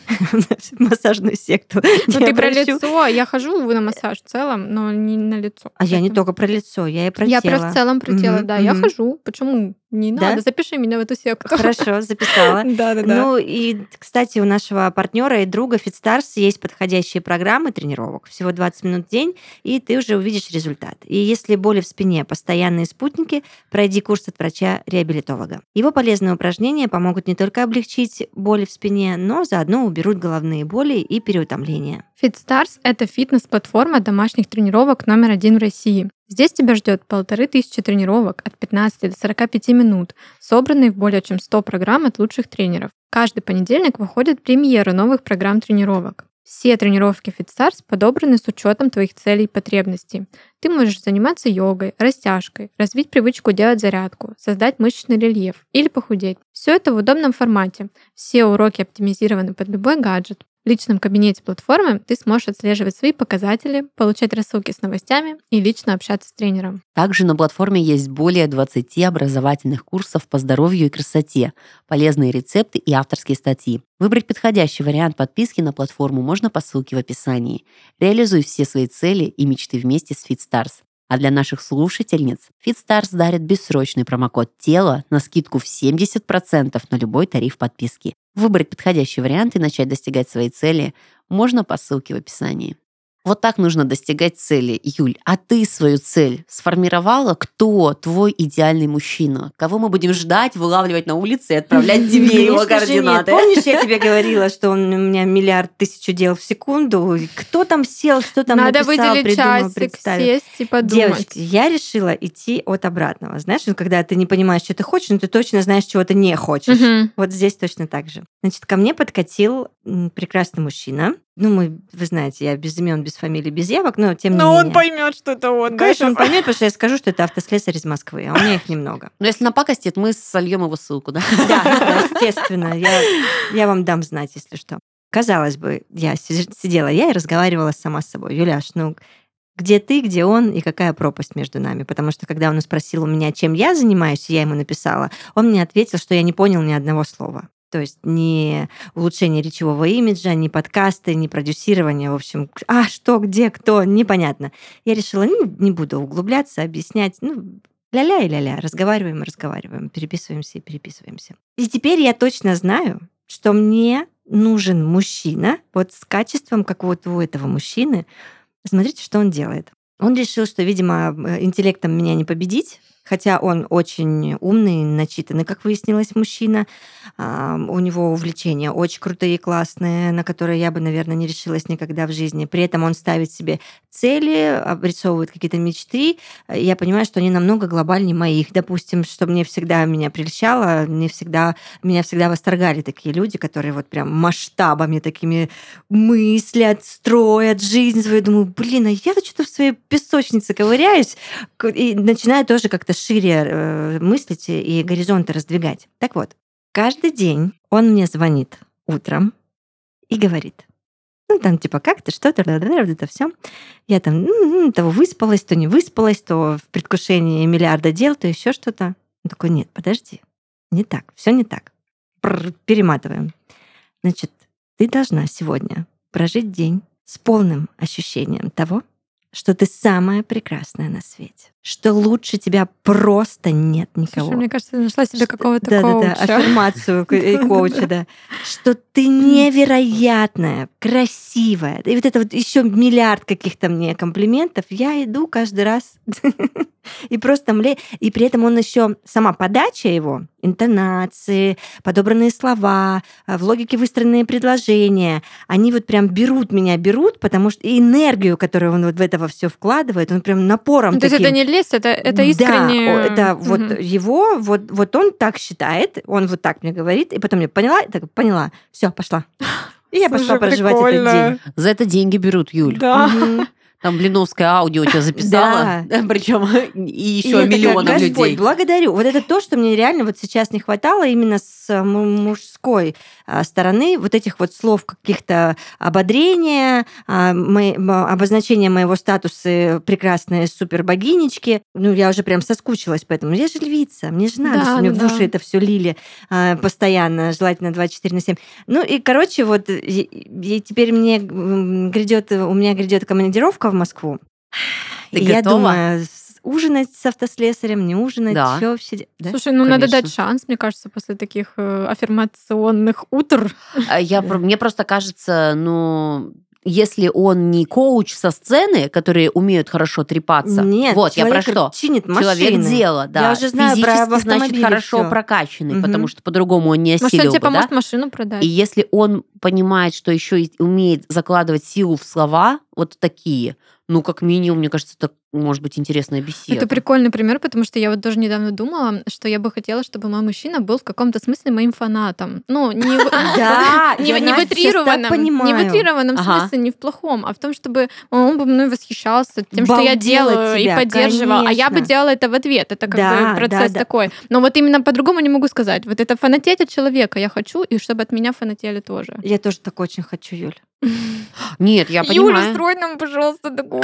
[SPEAKER 1] в массажную секту.
[SPEAKER 2] Ну,
[SPEAKER 1] не
[SPEAKER 2] ты про
[SPEAKER 1] обращу.
[SPEAKER 2] лицо. Я хожу на массаж в целом, но не на лицо.
[SPEAKER 1] А я не
[SPEAKER 2] Поэтому-
[SPEAKER 1] только про лицо, я и про
[SPEAKER 2] Я
[SPEAKER 1] тело.
[SPEAKER 2] про в целом про тело,
[SPEAKER 1] Мгм,
[SPEAKER 2] да. Я
[SPEAKER 1] мгм.
[SPEAKER 2] хожу. Почему? Не
[SPEAKER 1] Да?
[SPEAKER 2] надо. Запиши меня в эту секту.
[SPEAKER 1] Хорошо, записала.
[SPEAKER 2] Да-да-да.
[SPEAKER 1] Ну и, кстати, у нашего партнера и друга FitStars есть подходящие программы тренировок. Всего двадцать минут в день, и ты уже увидишь результат. И если боли в спине, постоянные спутники, пройди курс от врача-реабилитолога. Его полезные упражнения помогут не только облегчить боли в спине, но заодно уберут головные боли и переутомление.
[SPEAKER 2] FitStars — это фитнес-платформа домашних тренировок номер один в России. Здесь тебя ждет полторы тысячи тренировок от пятнадцати до сорока пяти минут, собранные в более чем сто программ от лучших тренеров. Каждый понедельник выходит премьера новых программ тренировок. Все тренировки FitStars подобраны с учетом твоих целей и потребностей. Ты можешь заниматься йогой, растяжкой, развить привычку делать зарядку, создать мышечный рельеф или похудеть. Все это в удобном формате. Все уроки оптимизированы под любой гаджет. В личном кабинете платформы ты сможешь отслеживать свои показатели, получать рассылки с новостями и лично общаться с тренером.
[SPEAKER 3] Также на платформе есть более двадцати образовательных курсов по здоровью и красоте, полезные рецепты и авторские статьи. Выбрать подходящий вариант подписки на платформу можно по ссылке в описании. Реализуй все свои цели и мечты вместе с FitStars. А для наших слушательниц FitStars дарит бессрочный промокод «Тело» на скидку в семьдесят процентов на любой тариф подписки. Выбрать подходящий вариант и начать достигать своей цели можно по ссылке в описании. Вот так нужно достигать цели. Юль, а ты свою цель сформировала? Кто твой идеальный мужчина? Кого мы будем ждать, вылавливать на улице и отправлять тебе его
[SPEAKER 1] Конечно же нет.
[SPEAKER 3] координаты?
[SPEAKER 1] Помнишь, я тебе говорила, что он у меня миллиард тысячу дел в секунду? Кто там сел, что там
[SPEAKER 2] Надо
[SPEAKER 1] написал,
[SPEAKER 2] выделить
[SPEAKER 1] придумал,
[SPEAKER 2] часик,
[SPEAKER 1] представил?
[SPEAKER 2] сесть и подумать.
[SPEAKER 1] Девочки, я решила идти от обратного. Знаешь, ну, когда ты не понимаешь, что ты хочешь, но ты точно знаешь, чего ты не хочешь.
[SPEAKER 2] Мгм.
[SPEAKER 1] Вот здесь точно так же. Значит, ко мне подкатил м, прекрасный мужчина. Ну, мы, вы знаете, я без имен, без фамилий, без явок, но тем не
[SPEAKER 2] Но
[SPEAKER 1] менее.
[SPEAKER 2] он поймет, что это он.
[SPEAKER 1] Конечно,
[SPEAKER 2] да,
[SPEAKER 1] он поймет, потому что я скажу, что это автослесарь из Москвы, а у меня их немного.
[SPEAKER 3] Но если напакостит, мы сольем его ссылку, да?
[SPEAKER 1] Да, да, естественно. Я, я вам дам знать, если что. Казалось бы, я си- сидела я и разговаривала сама с собой. Юляш, ну, где ты, где он и какая пропасть между нами? Потому что когда он спросил у меня, чем я занимаюсь, и я ему написала, он мне ответил, что я не понял ни одного слова. То есть ни улучшение речевого имиджа, ни подкасты, ни продюсирование. В общем, а что, где, кто, непонятно. Я решила, ну, не буду углубляться, объяснять. Ну, ля-ля и ля-ля, разговариваем и разговариваем, переписываемся и переписываемся. И теперь я точно знаю, что мне нужен мужчина вот с качеством, как вот у этого мужчины. Смотрите, что он делает. Он решил, что, видимо, интеллектом меня не победить, хотя он очень умный, начитанный, как выяснилось, мужчина. А, У него увлечения очень крутые и классные, на которые я бы, наверное, не решилась никогда в жизни. При этом он ставит себе цели, обрисовывает какие-то мечты. И я понимаю, что они намного глобальнее моих. Допустим, что мне всегда меня прельщало, мне всегда, меня всегда восторгали такие люди, которые вот прям масштабами такими мыслят, строят жизнь свою. Думаю, блин, а я-то что-то в своей песочнице ковыряюсь и начинаю тоже как-то шире э, мыслить и горизонты раздвигать. Так вот, каждый день он мне звонит утром и говорит, ну, там, типа, как ты, что ты, вот это все. Я там, ну, то выспалась, то не выспалась, то в предвкушении миллиарда дел, то еще что-то. Он такой, нет, подожди, не так, все не так. Прр, перематываем. Значит, ты должна сегодня прожить день с полным ощущением того, что ты самая прекрасная на свете, что лучше тебя просто нет никого.
[SPEAKER 2] Слушай, мне кажется, ты нашла себе какого-то
[SPEAKER 1] да,
[SPEAKER 2] коуча.
[SPEAKER 1] Да, да, аффирмацию ко- и коуча, да. Что ты невероятная, красивая. И вот это вот еще миллиард каких-то мне комплиментов. Я иду каждый раз и просто млею. И при этом он еще, сама подача его, интонации, подобранные слова, в логике выстроенные предложения, они вот прям берут меня, берут, потому что и энергию, которую он вот в это все вкладывает, он прям напором
[SPEAKER 2] Ну, то есть
[SPEAKER 1] таким.
[SPEAKER 2] это не лезть, это, это искренне.
[SPEAKER 1] Да, о, это
[SPEAKER 2] Мгм.
[SPEAKER 1] вот его, вот, вот он так считает, он вот так мне говорит, и потом я поняла, и так поняла, все, пошла. И я
[SPEAKER 2] Слушай,
[SPEAKER 1] пошла проживать этот
[SPEAKER 2] прикольно.
[SPEAKER 1] день.
[SPEAKER 3] За это деньги берут, Юль.
[SPEAKER 2] Да.
[SPEAKER 1] Мгм.
[SPEAKER 3] Там Блиновская аудио тебя записала,
[SPEAKER 1] Да.
[SPEAKER 3] причем и
[SPEAKER 1] И
[SPEAKER 3] еще
[SPEAKER 1] я такая,
[SPEAKER 3] миллионам
[SPEAKER 1] Господь,
[SPEAKER 3] людей.
[SPEAKER 1] благодарю. Вот это то, что мне реально вот сейчас не хватало именно с м- мужской а, стороны, вот этих вот слов каких-то ободрения, а, мо- м- обозначения моего статуса прекрасной супербогинечки. Ну, я уже прям соскучилась по этому. Я же львица, мне же надо,
[SPEAKER 2] Да,
[SPEAKER 1] чтобы мне
[SPEAKER 2] да,
[SPEAKER 1] в уши
[SPEAKER 2] да.
[SPEAKER 1] это все лили а, постоянно, желательно двадцать четыре на семь. Ну и, короче, вот и, и теперь мне м, грядет, у меня грядет командировка в Москву.
[SPEAKER 3] Ты
[SPEAKER 1] И я
[SPEAKER 3] готова?
[SPEAKER 1] думаю, с- ужинать с автослесарем, не ужинать,
[SPEAKER 3] Да.
[SPEAKER 1] что вообще... де- Да?
[SPEAKER 2] Слушай, ну надо
[SPEAKER 3] Конечно.
[SPEAKER 2] дать шанс, мне кажется, после таких э, аффирмационных утр.
[SPEAKER 3] А Я,
[SPEAKER 1] Да.
[SPEAKER 3] про- мне просто кажется, ну, если он не коуч со сцены, которые умеют хорошо трепаться,
[SPEAKER 1] Нет,
[SPEAKER 3] вот, я про
[SPEAKER 1] человек
[SPEAKER 3] что?
[SPEAKER 1] чинит
[SPEAKER 3] Человек
[SPEAKER 1] машины.
[SPEAKER 3] дела, да.
[SPEAKER 1] Я уже знаю про
[SPEAKER 3] Физически, значит,
[SPEAKER 1] автомобили
[SPEAKER 3] хорошо
[SPEAKER 1] всё.
[SPEAKER 3] прокачанный,
[SPEAKER 1] Мгм.
[SPEAKER 3] потому что по-другому он не
[SPEAKER 2] Может, он
[SPEAKER 3] осилил
[SPEAKER 2] тебе
[SPEAKER 3] бы, да?
[SPEAKER 2] поможет машину
[SPEAKER 3] И
[SPEAKER 2] продать?
[SPEAKER 3] если он понимает, что еще и умеет закладывать силу в слова, вот такие, ну, как минимум, мне кажется, это может быть интересная беседа.
[SPEAKER 2] Это прикольный пример, потому что я вот тоже недавно думала, что я бы хотела, чтобы мой мужчина был в каком-то смысле моим фанатом. Ну, не в
[SPEAKER 1] Да,
[SPEAKER 2] не,
[SPEAKER 1] я
[SPEAKER 2] не в
[SPEAKER 1] Настю щас так
[SPEAKER 2] утрированном, не в
[SPEAKER 1] понимаю.
[SPEAKER 2] утрированном
[SPEAKER 3] Ага.
[SPEAKER 2] смысле, не в плохом, а в том, чтобы он бы мной восхищался тем, что я
[SPEAKER 1] Балдел от
[SPEAKER 2] делаю, и
[SPEAKER 1] тебя,
[SPEAKER 2] поддерживал, а я бы
[SPEAKER 1] конечно.
[SPEAKER 2] делала это в ответ. Это как
[SPEAKER 1] Да,
[SPEAKER 2] бы процесс
[SPEAKER 1] да, да.
[SPEAKER 2] такой. Но вот именно по-другому не могу сказать. Вот это фанатеть от человека я хочу, и чтобы от меня фанатели тоже.
[SPEAKER 1] Я тоже так очень хочу, Юль.
[SPEAKER 3] Нет, я
[SPEAKER 2] Юля,
[SPEAKER 3] понимаю.
[SPEAKER 2] устрой нам, пожалуйста, такое.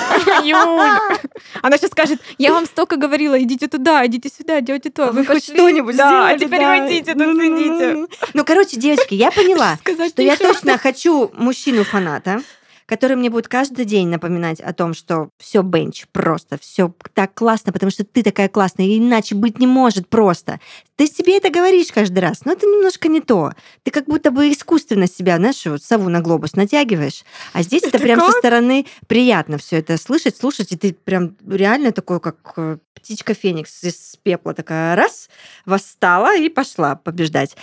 [SPEAKER 2] Юля. Она сейчас скажет, я вам столько говорила, идите туда, идите сюда, делайте то.
[SPEAKER 1] А вы хоть
[SPEAKER 2] пошли.
[SPEAKER 1] что-нибудь
[SPEAKER 2] Да, а
[SPEAKER 1] сделали,
[SPEAKER 2] теперь
[SPEAKER 1] да.
[SPEAKER 2] хотите, тут
[SPEAKER 1] Ну-ну-ну-ну.
[SPEAKER 2] сидите.
[SPEAKER 1] Ну, короче, девочки, я поняла,
[SPEAKER 2] Сказать
[SPEAKER 1] что я
[SPEAKER 2] нечего.
[SPEAKER 1] точно хочу мужчину-фаната, который мне будет каждый день напоминать о том, что все бенч, просто все так классно, потому что ты такая классная, и иначе быть не может просто. Ты себе это говоришь каждый раз, но это немножко не то. Ты как будто бы искусственно себя, знаешь, вот сову на глобус натягиваешь, а здесь это,
[SPEAKER 2] Это
[SPEAKER 1] прям со
[SPEAKER 2] как?
[SPEAKER 1] стороны приятно все это слышать, слушать, и ты прям реально такой, как э, птичка Феникс из пепла, такая раз, восстала и пошла побеждать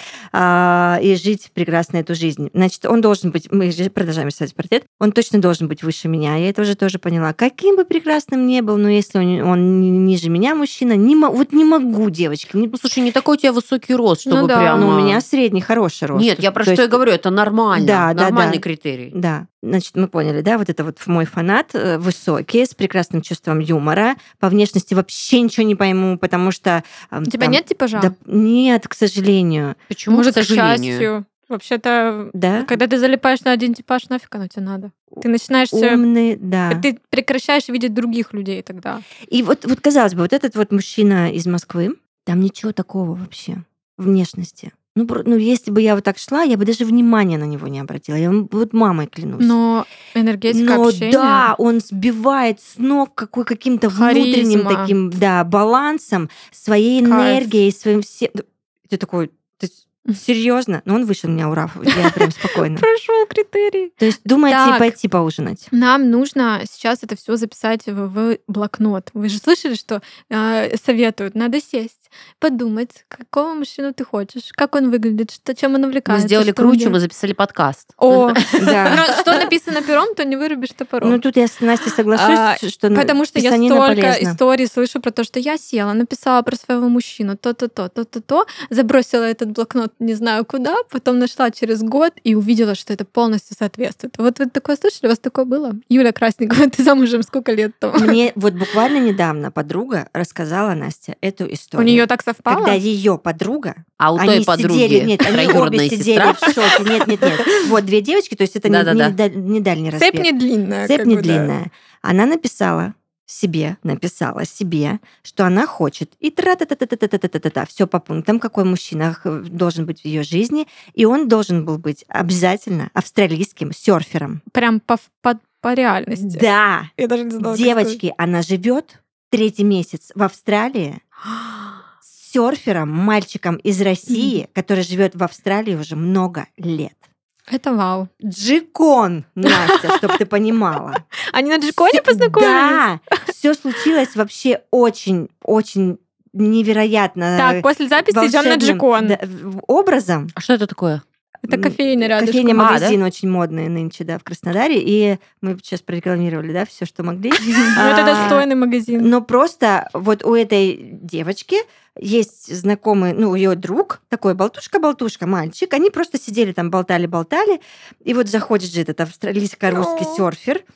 [SPEAKER 1] а, и жить прекрасно эту жизнь. Значит, он должен быть, мы же продолжаем рисовать портрет, он точно должен быть выше меня, я это уже тоже поняла. Каким бы прекрасным ни был, но если он, он ни- ниже меня мужчина, не, мо- вот не могу, девочки. не-
[SPEAKER 3] Ну, слушай, не такой у тебя высокий рост, чтобы
[SPEAKER 2] Ну да.
[SPEAKER 3] прям...
[SPEAKER 1] ну, у меня средний, хороший рост.
[SPEAKER 3] Нет, я про
[SPEAKER 1] То
[SPEAKER 3] что
[SPEAKER 1] есть-
[SPEAKER 3] и говорю, это нормально,
[SPEAKER 1] Да, да,
[SPEAKER 3] нормальный
[SPEAKER 1] да.
[SPEAKER 3] критерий.
[SPEAKER 1] Да, значит, мы поняли, да, вот это вот мой фанат, э, высокий, с прекрасным чувством юмора. По внешности вообще ничего не пойму, потому что... э,
[SPEAKER 2] У тебя
[SPEAKER 1] там-
[SPEAKER 2] нет типажа?
[SPEAKER 1] Да, нет, к сожалению.
[SPEAKER 3] Почему,
[SPEAKER 2] Может,
[SPEAKER 3] к сожалению?
[SPEAKER 2] счастью. Вообще-то,
[SPEAKER 1] Да?
[SPEAKER 2] когда ты залипаешь на один типаж, нафиг оно тебе надо? Ты начинаешь... э,
[SPEAKER 1] Умный, да.
[SPEAKER 2] Ты прекращаешь видеть других людей тогда.
[SPEAKER 1] И вот, вот, казалось бы, вот этот вот мужчина из Москвы, там ничего такого вообще, внешности. Ну, про- ну, если бы я вот так шла, я бы даже внимания на него не обратила. Я вам вот мамой клянусь.
[SPEAKER 2] Но энергетика
[SPEAKER 1] Но
[SPEAKER 2] общения...
[SPEAKER 1] да, он сбивает с ног какой, каким-то внутренним
[SPEAKER 2] Харизма.
[SPEAKER 1] таким, да, балансом, своей
[SPEAKER 2] Кайф.
[SPEAKER 1] энергией, своим всем. Ты такой, ты серьезно? Но он выше меня, ура, я прям спокойно.
[SPEAKER 2] Прошел критерий.
[SPEAKER 1] То есть думаете
[SPEAKER 2] Так.
[SPEAKER 1] пойти поужинать?
[SPEAKER 2] Нам нужно сейчас это все записать в, в блокнот. Вы же слышали, что э, советуют? Надо сесть, подумать, какого мужчину ты хочешь, как он выглядит, что, чем он
[SPEAKER 3] Мы
[SPEAKER 2] увлекается.
[SPEAKER 3] сделали
[SPEAKER 2] что он
[SPEAKER 3] круче, мы
[SPEAKER 2] делает.
[SPEAKER 3] записали подкаст.
[SPEAKER 2] О,
[SPEAKER 1] Да.
[SPEAKER 2] ну, что написано пером, то не вырубишь топором.
[SPEAKER 1] Ну, тут я с Настей соглашусь,
[SPEAKER 2] А,
[SPEAKER 1] что
[SPEAKER 2] Потому что я
[SPEAKER 1] писанина
[SPEAKER 2] столько
[SPEAKER 1] полезна.
[SPEAKER 2] историй слышу про то, что я села, написала про своего мужчину, то-то-то, то-то-то, забросила этот блокнот не знаю куда, потом нашла через год и увидела, что это полностью соответствует. Вот вы такое слышали? У вас такое было? Юля Красникова, ты замужем сколько лет там?
[SPEAKER 1] Мне вот буквально недавно подруга рассказала Настя эту
[SPEAKER 2] У
[SPEAKER 1] историю.
[SPEAKER 2] нее так совпало?
[SPEAKER 1] Когда ее подруга,
[SPEAKER 3] А у
[SPEAKER 1] они
[SPEAKER 3] той подруги
[SPEAKER 1] сидели, нет, они
[SPEAKER 3] троюродная
[SPEAKER 1] обе сидели
[SPEAKER 3] сестра.
[SPEAKER 1] в шоке. Нет, нет, нет. Вот две девочки, то есть это не,
[SPEAKER 3] Да-да-да.
[SPEAKER 1] не даль- не дальний разбег.
[SPEAKER 2] Цепь не длинная.
[SPEAKER 1] Цепь
[SPEAKER 2] как
[SPEAKER 1] не
[SPEAKER 2] бы, да.
[SPEAKER 1] длинная. Она написала себе, написала себе, что она хочет. И тра-та-та-та-та-та-та-та-та. Все по пунктам, какой мужчина х- должен быть в ее жизни. И он должен был быть обязательно австралийским серфером.
[SPEAKER 2] Прям по, по, по реальности.
[SPEAKER 1] Да,
[SPEAKER 2] Я даже не знала, как
[SPEAKER 1] девочки, она живет третий месяц в Австралии
[SPEAKER 2] сказать.
[SPEAKER 1] с серфером, мальчиком из России, который живет в Австралии уже много лет.
[SPEAKER 2] Это вау.
[SPEAKER 1] Джикон, Настя, чтобы ты понимала.
[SPEAKER 2] Они на Джиконе
[SPEAKER 1] Всё-
[SPEAKER 2] познакомились?
[SPEAKER 1] Да, все случилось вообще очень, очень невероятно.
[SPEAKER 2] Так, после записи идем на
[SPEAKER 1] волшебным,
[SPEAKER 2] Джикон.
[SPEAKER 1] да, в- образом.
[SPEAKER 3] А что это такое?
[SPEAKER 2] Это кофейня рядышком.
[SPEAKER 1] Кофейня,
[SPEAKER 3] А,
[SPEAKER 1] магазин очень модный нынче, да, в Краснодаре. И мы сейчас прорекламировали, да, все, что могли.
[SPEAKER 2] Ну, это
[SPEAKER 1] А,
[SPEAKER 2] достойный магазин.
[SPEAKER 1] Но просто вот у этой девочки есть знакомый, ну, у ее друг, такой болтушка-болтушка, мальчик. Они просто сидели там, болтали-болтали. И вот заходит же этот австралийско-русский
[SPEAKER 2] О.
[SPEAKER 1] серфер.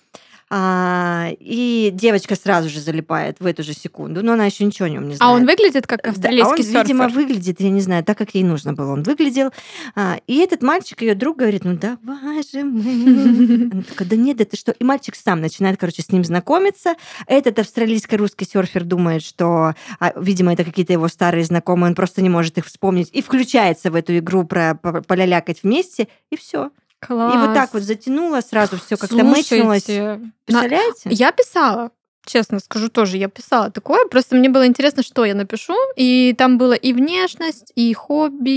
[SPEAKER 1] А, и девочка сразу же залипает в эту же секунду, но она еще ничего о нем не знает.
[SPEAKER 2] А он выглядит как
[SPEAKER 1] Да, а
[SPEAKER 2] австралийский
[SPEAKER 1] он,
[SPEAKER 2] серфер?
[SPEAKER 1] видимо, выглядит, я не знаю, так, как ей нужно было. Он выглядел. А, и этот мальчик, ее друг, говорит, ну давай же мы. Она такая, да нет, это что? И мальчик сам начинает, короче, с ним знакомиться. Этот австралийско-русский серфер думает, что, а, видимо, это какие-то его старые знакомые, он просто не может их вспомнить, и включается в эту игру про по- полялякать вместе, и все.
[SPEAKER 2] Класс.
[SPEAKER 1] И вот так вот затянуло, сразу все как-то
[SPEAKER 2] Слушайте,
[SPEAKER 1] мэчнулось.
[SPEAKER 2] на-
[SPEAKER 1] Представляете?
[SPEAKER 2] Я писала, честно скажу, тоже я писала такое. Просто мне было интересно, что я напишу. И там было и внешность, и хобби,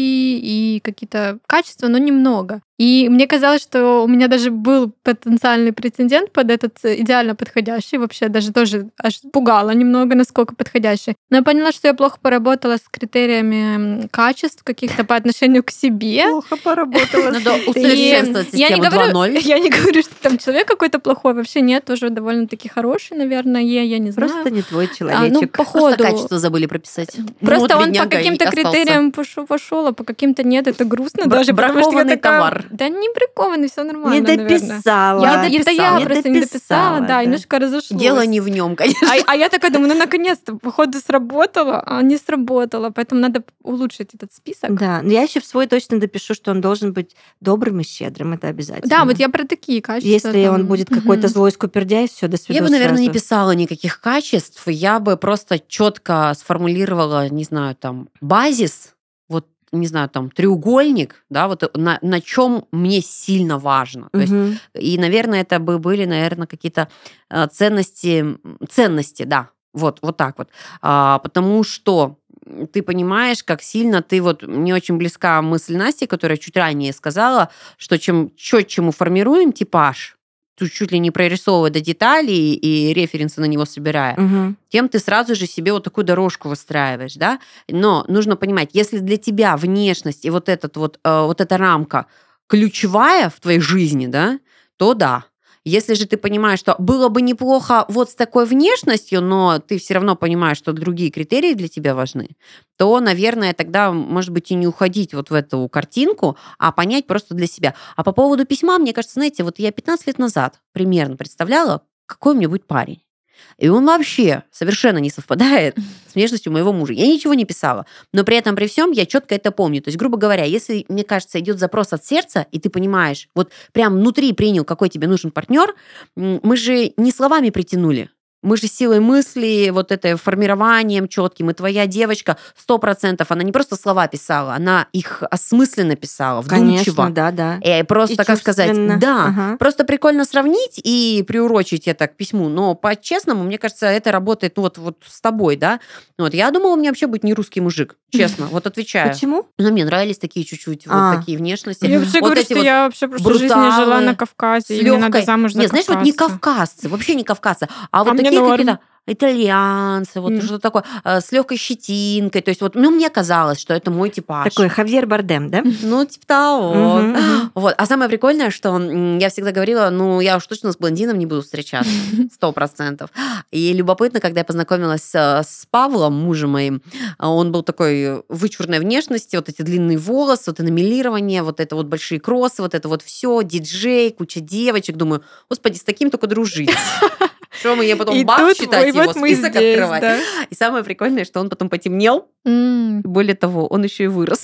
[SPEAKER 2] и какие-то качества, но немного. И мне казалось, что у меня даже был потенциальный претендент под этот идеально подходящий. Вообще даже тоже аж пугало немного, насколько подходящий. Но я поняла, что я плохо поработала с критериями качеств каких-то по отношению к себе.
[SPEAKER 1] Плохо поработала.
[SPEAKER 3] Надо
[SPEAKER 2] И
[SPEAKER 3] усовершенствовать
[SPEAKER 2] я не
[SPEAKER 3] систему
[SPEAKER 2] говорю,
[SPEAKER 3] два ноль.
[SPEAKER 2] я не говорю, что там человек какой-то плохой, вообще нет, тоже довольно-таки хороший, наверное, я не знаю.
[SPEAKER 1] Просто не твой
[SPEAKER 2] А,
[SPEAKER 1] человечек.
[SPEAKER 2] ну, по
[SPEAKER 3] Просто
[SPEAKER 2] ходу.
[SPEAKER 3] качество забыли прописать.
[SPEAKER 2] Просто
[SPEAKER 3] Вот
[SPEAKER 2] он по
[SPEAKER 3] бедняга и
[SPEAKER 2] каким-то
[SPEAKER 3] остался.
[SPEAKER 2] критериям пошел, пошел, а по каким-то нет, это грустно
[SPEAKER 3] Бра-
[SPEAKER 2] даже, потому что я
[SPEAKER 3] бракованный
[SPEAKER 2] такая,
[SPEAKER 3] товар.
[SPEAKER 2] да не бракованный, все нормально,
[SPEAKER 1] Не
[SPEAKER 2] наверное.
[SPEAKER 1] дописала.
[SPEAKER 2] Я,
[SPEAKER 1] Не
[SPEAKER 2] это я
[SPEAKER 1] дописала.
[SPEAKER 2] просто не дописала, да, и немножко разошлось.
[SPEAKER 3] Дело не в нем, конечно.
[SPEAKER 2] А, а я такая думаю, ну наконец-то, походу сработало, а не сработало, поэтому надо улучшить этот список.
[SPEAKER 1] Да, но я еще в свой точно допишу, что он должен быть добрым и щедрым, это обязательно.
[SPEAKER 2] Да, вот я про такие качества.
[SPEAKER 1] Если
[SPEAKER 2] там.
[SPEAKER 1] он будет
[SPEAKER 2] Мгм.
[SPEAKER 1] какой-то злой скупердяй, все, до свидания.
[SPEAKER 3] Я бы, наверное, не писала никаких качеств. Я бы просто четко сформулировала, не знаю, там, базис, вот, не знаю, там, треугольник, да, вот на, на чем мне сильно важно. То есть, и, наверное, это бы были, наверное, какие-то э, ценности, ценности, да, вот, вот так вот. А, потому что ты понимаешь, как сильно ты, вот, мне очень близка мысль Насти, которая чуть ранее сказала, что чем четче мы формируем типаж, тут чуть ли не прорисовывая до деталей и референсы на него собирая,
[SPEAKER 1] Мгм.
[SPEAKER 3] тем ты сразу же себе вот такую дорожку выстраиваешь, да? Но нужно понимать, если для тебя внешность и вот, этот вот, э, вот эта рамка ключевая в твоей жизни, да, то да. Если же ты понимаешь, что было бы неплохо вот с такой внешностью, но ты все равно понимаешь, что другие критерии для тебя важны, то, наверное, тогда, может быть, и не уходить вот в эту картинку, а понять просто для себя. А по поводу письма, мне кажется, знаете, вот я пятнадцать лет назад примерно представляла, какой у меня будет парень. И он вообще совершенно не совпадает с внешностью моего мужа. Я ничего не писала, но при этом, при всем, я четко это помню. То есть, грубо говоря, если, мне кажется, идет запрос от сердца, и ты понимаешь, вот прям внутри принял, какой тебе нужен партнер, мы же не словами притянули. Мы же силой мысли, вот это формированием четким, и твоя девочка сто процентов, она не просто слова писала, она их осмысленно писала, вдумчиво.
[SPEAKER 1] Конечно, да, да.
[SPEAKER 3] И просто,
[SPEAKER 1] И
[SPEAKER 3] как сказать,
[SPEAKER 1] чувственно.
[SPEAKER 3] да,
[SPEAKER 1] Ага.
[SPEAKER 3] просто прикольно сравнить и приурочить это к письму, но по-честному, мне кажется, это работает ну, вот, вот с тобой, да. Вот, я думала, у меня вообще будет не русский мужик, честно, вот отвечаю.
[SPEAKER 1] Почему?
[SPEAKER 3] Ну, мне нравились такие чуть-чуть
[SPEAKER 1] А.
[SPEAKER 3] вот такие внешности.
[SPEAKER 2] Я вообще
[SPEAKER 3] Вот
[SPEAKER 2] говорю,
[SPEAKER 3] эти
[SPEAKER 2] что
[SPEAKER 3] вот
[SPEAKER 2] я вообще в прошлой жизни жила
[SPEAKER 3] бруталы,
[SPEAKER 2] на Кавказе,
[SPEAKER 3] с
[SPEAKER 2] и мне надо
[SPEAKER 3] легкой-
[SPEAKER 2] замуж за
[SPEAKER 3] Нет, знаешь, вот не
[SPEAKER 2] кавказца.
[SPEAKER 3] кавказцы, вообще не кавказцы, а вот
[SPEAKER 2] А мне
[SPEAKER 3] такие
[SPEAKER 2] норм.
[SPEAKER 3] какие-то итальянцы, вот
[SPEAKER 2] М.
[SPEAKER 3] что-то такое, э, с легкой щетинкой. То есть вот, ну, мне казалось, что это мой типаж.
[SPEAKER 1] Такой Хавьер Бардем, да?
[SPEAKER 3] Ну, типа того.
[SPEAKER 1] Мгм, мгм.
[SPEAKER 3] Вот. А самое прикольное, что м, я всегда говорила, ну, я уж точно с блондином не буду встречаться. Сто процентов. И любопытно, когда я познакомилась э, с Павлом, мужем моим, а он был такой вычурной внешности, вот эти длинные волосы, вот это милирование, вот это вот большие кроссы, вот это вот все, диджей, куча девочек. Думаю, господи, с таким только дружить. Что мы, я потом
[SPEAKER 2] И
[SPEAKER 3] бах,
[SPEAKER 2] тут,
[SPEAKER 3] считать
[SPEAKER 2] и
[SPEAKER 3] его,
[SPEAKER 2] вот мы
[SPEAKER 3] список
[SPEAKER 2] здесь,
[SPEAKER 3] открывать.
[SPEAKER 2] да.
[SPEAKER 3] И самое прикольное, что он потом потемнел.
[SPEAKER 2] М.
[SPEAKER 3] Более того, он еще и вырос.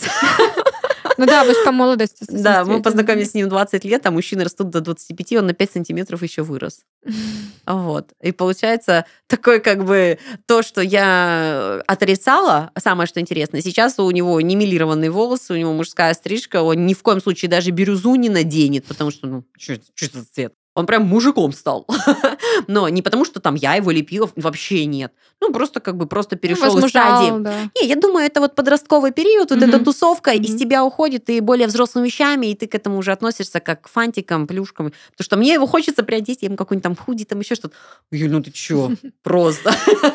[SPEAKER 2] Ну да, вы же по молодости совсем
[SPEAKER 3] Да, мы
[SPEAKER 2] встретились.
[SPEAKER 3] познакомились с ним двадцать лет, а мужчины растут до двадцати пяти, он на пять сантиметров еще вырос. Вот. И получается такое как бы то, что я отрицала, самое что интересное, сейчас у него не милированные волосы, у него мужская стрижка, он ни в коем случае даже бирюзу не наденет, потому что, ну, что это за цвет? Он прям мужиком стал. Но не потому, что там я его лепила, вообще нет. Ну, просто как бы просто
[SPEAKER 2] Ну,
[SPEAKER 3] перешел из
[SPEAKER 2] возмужал,
[SPEAKER 3] стадии.
[SPEAKER 2] да.
[SPEAKER 3] Не, я думаю, это вот подростковый период, вот
[SPEAKER 2] Мгм.
[SPEAKER 3] эта тусовка из
[SPEAKER 1] Мгм.
[SPEAKER 3] тебя уходит, и более взрослыми вещами, и ты к этому уже относишься как к фантикам, плюшкам. Потому что мне его хочется приодеть, я ему какой-нибудь там худи, там еще что-то. Юль, ну ты чё? Просто.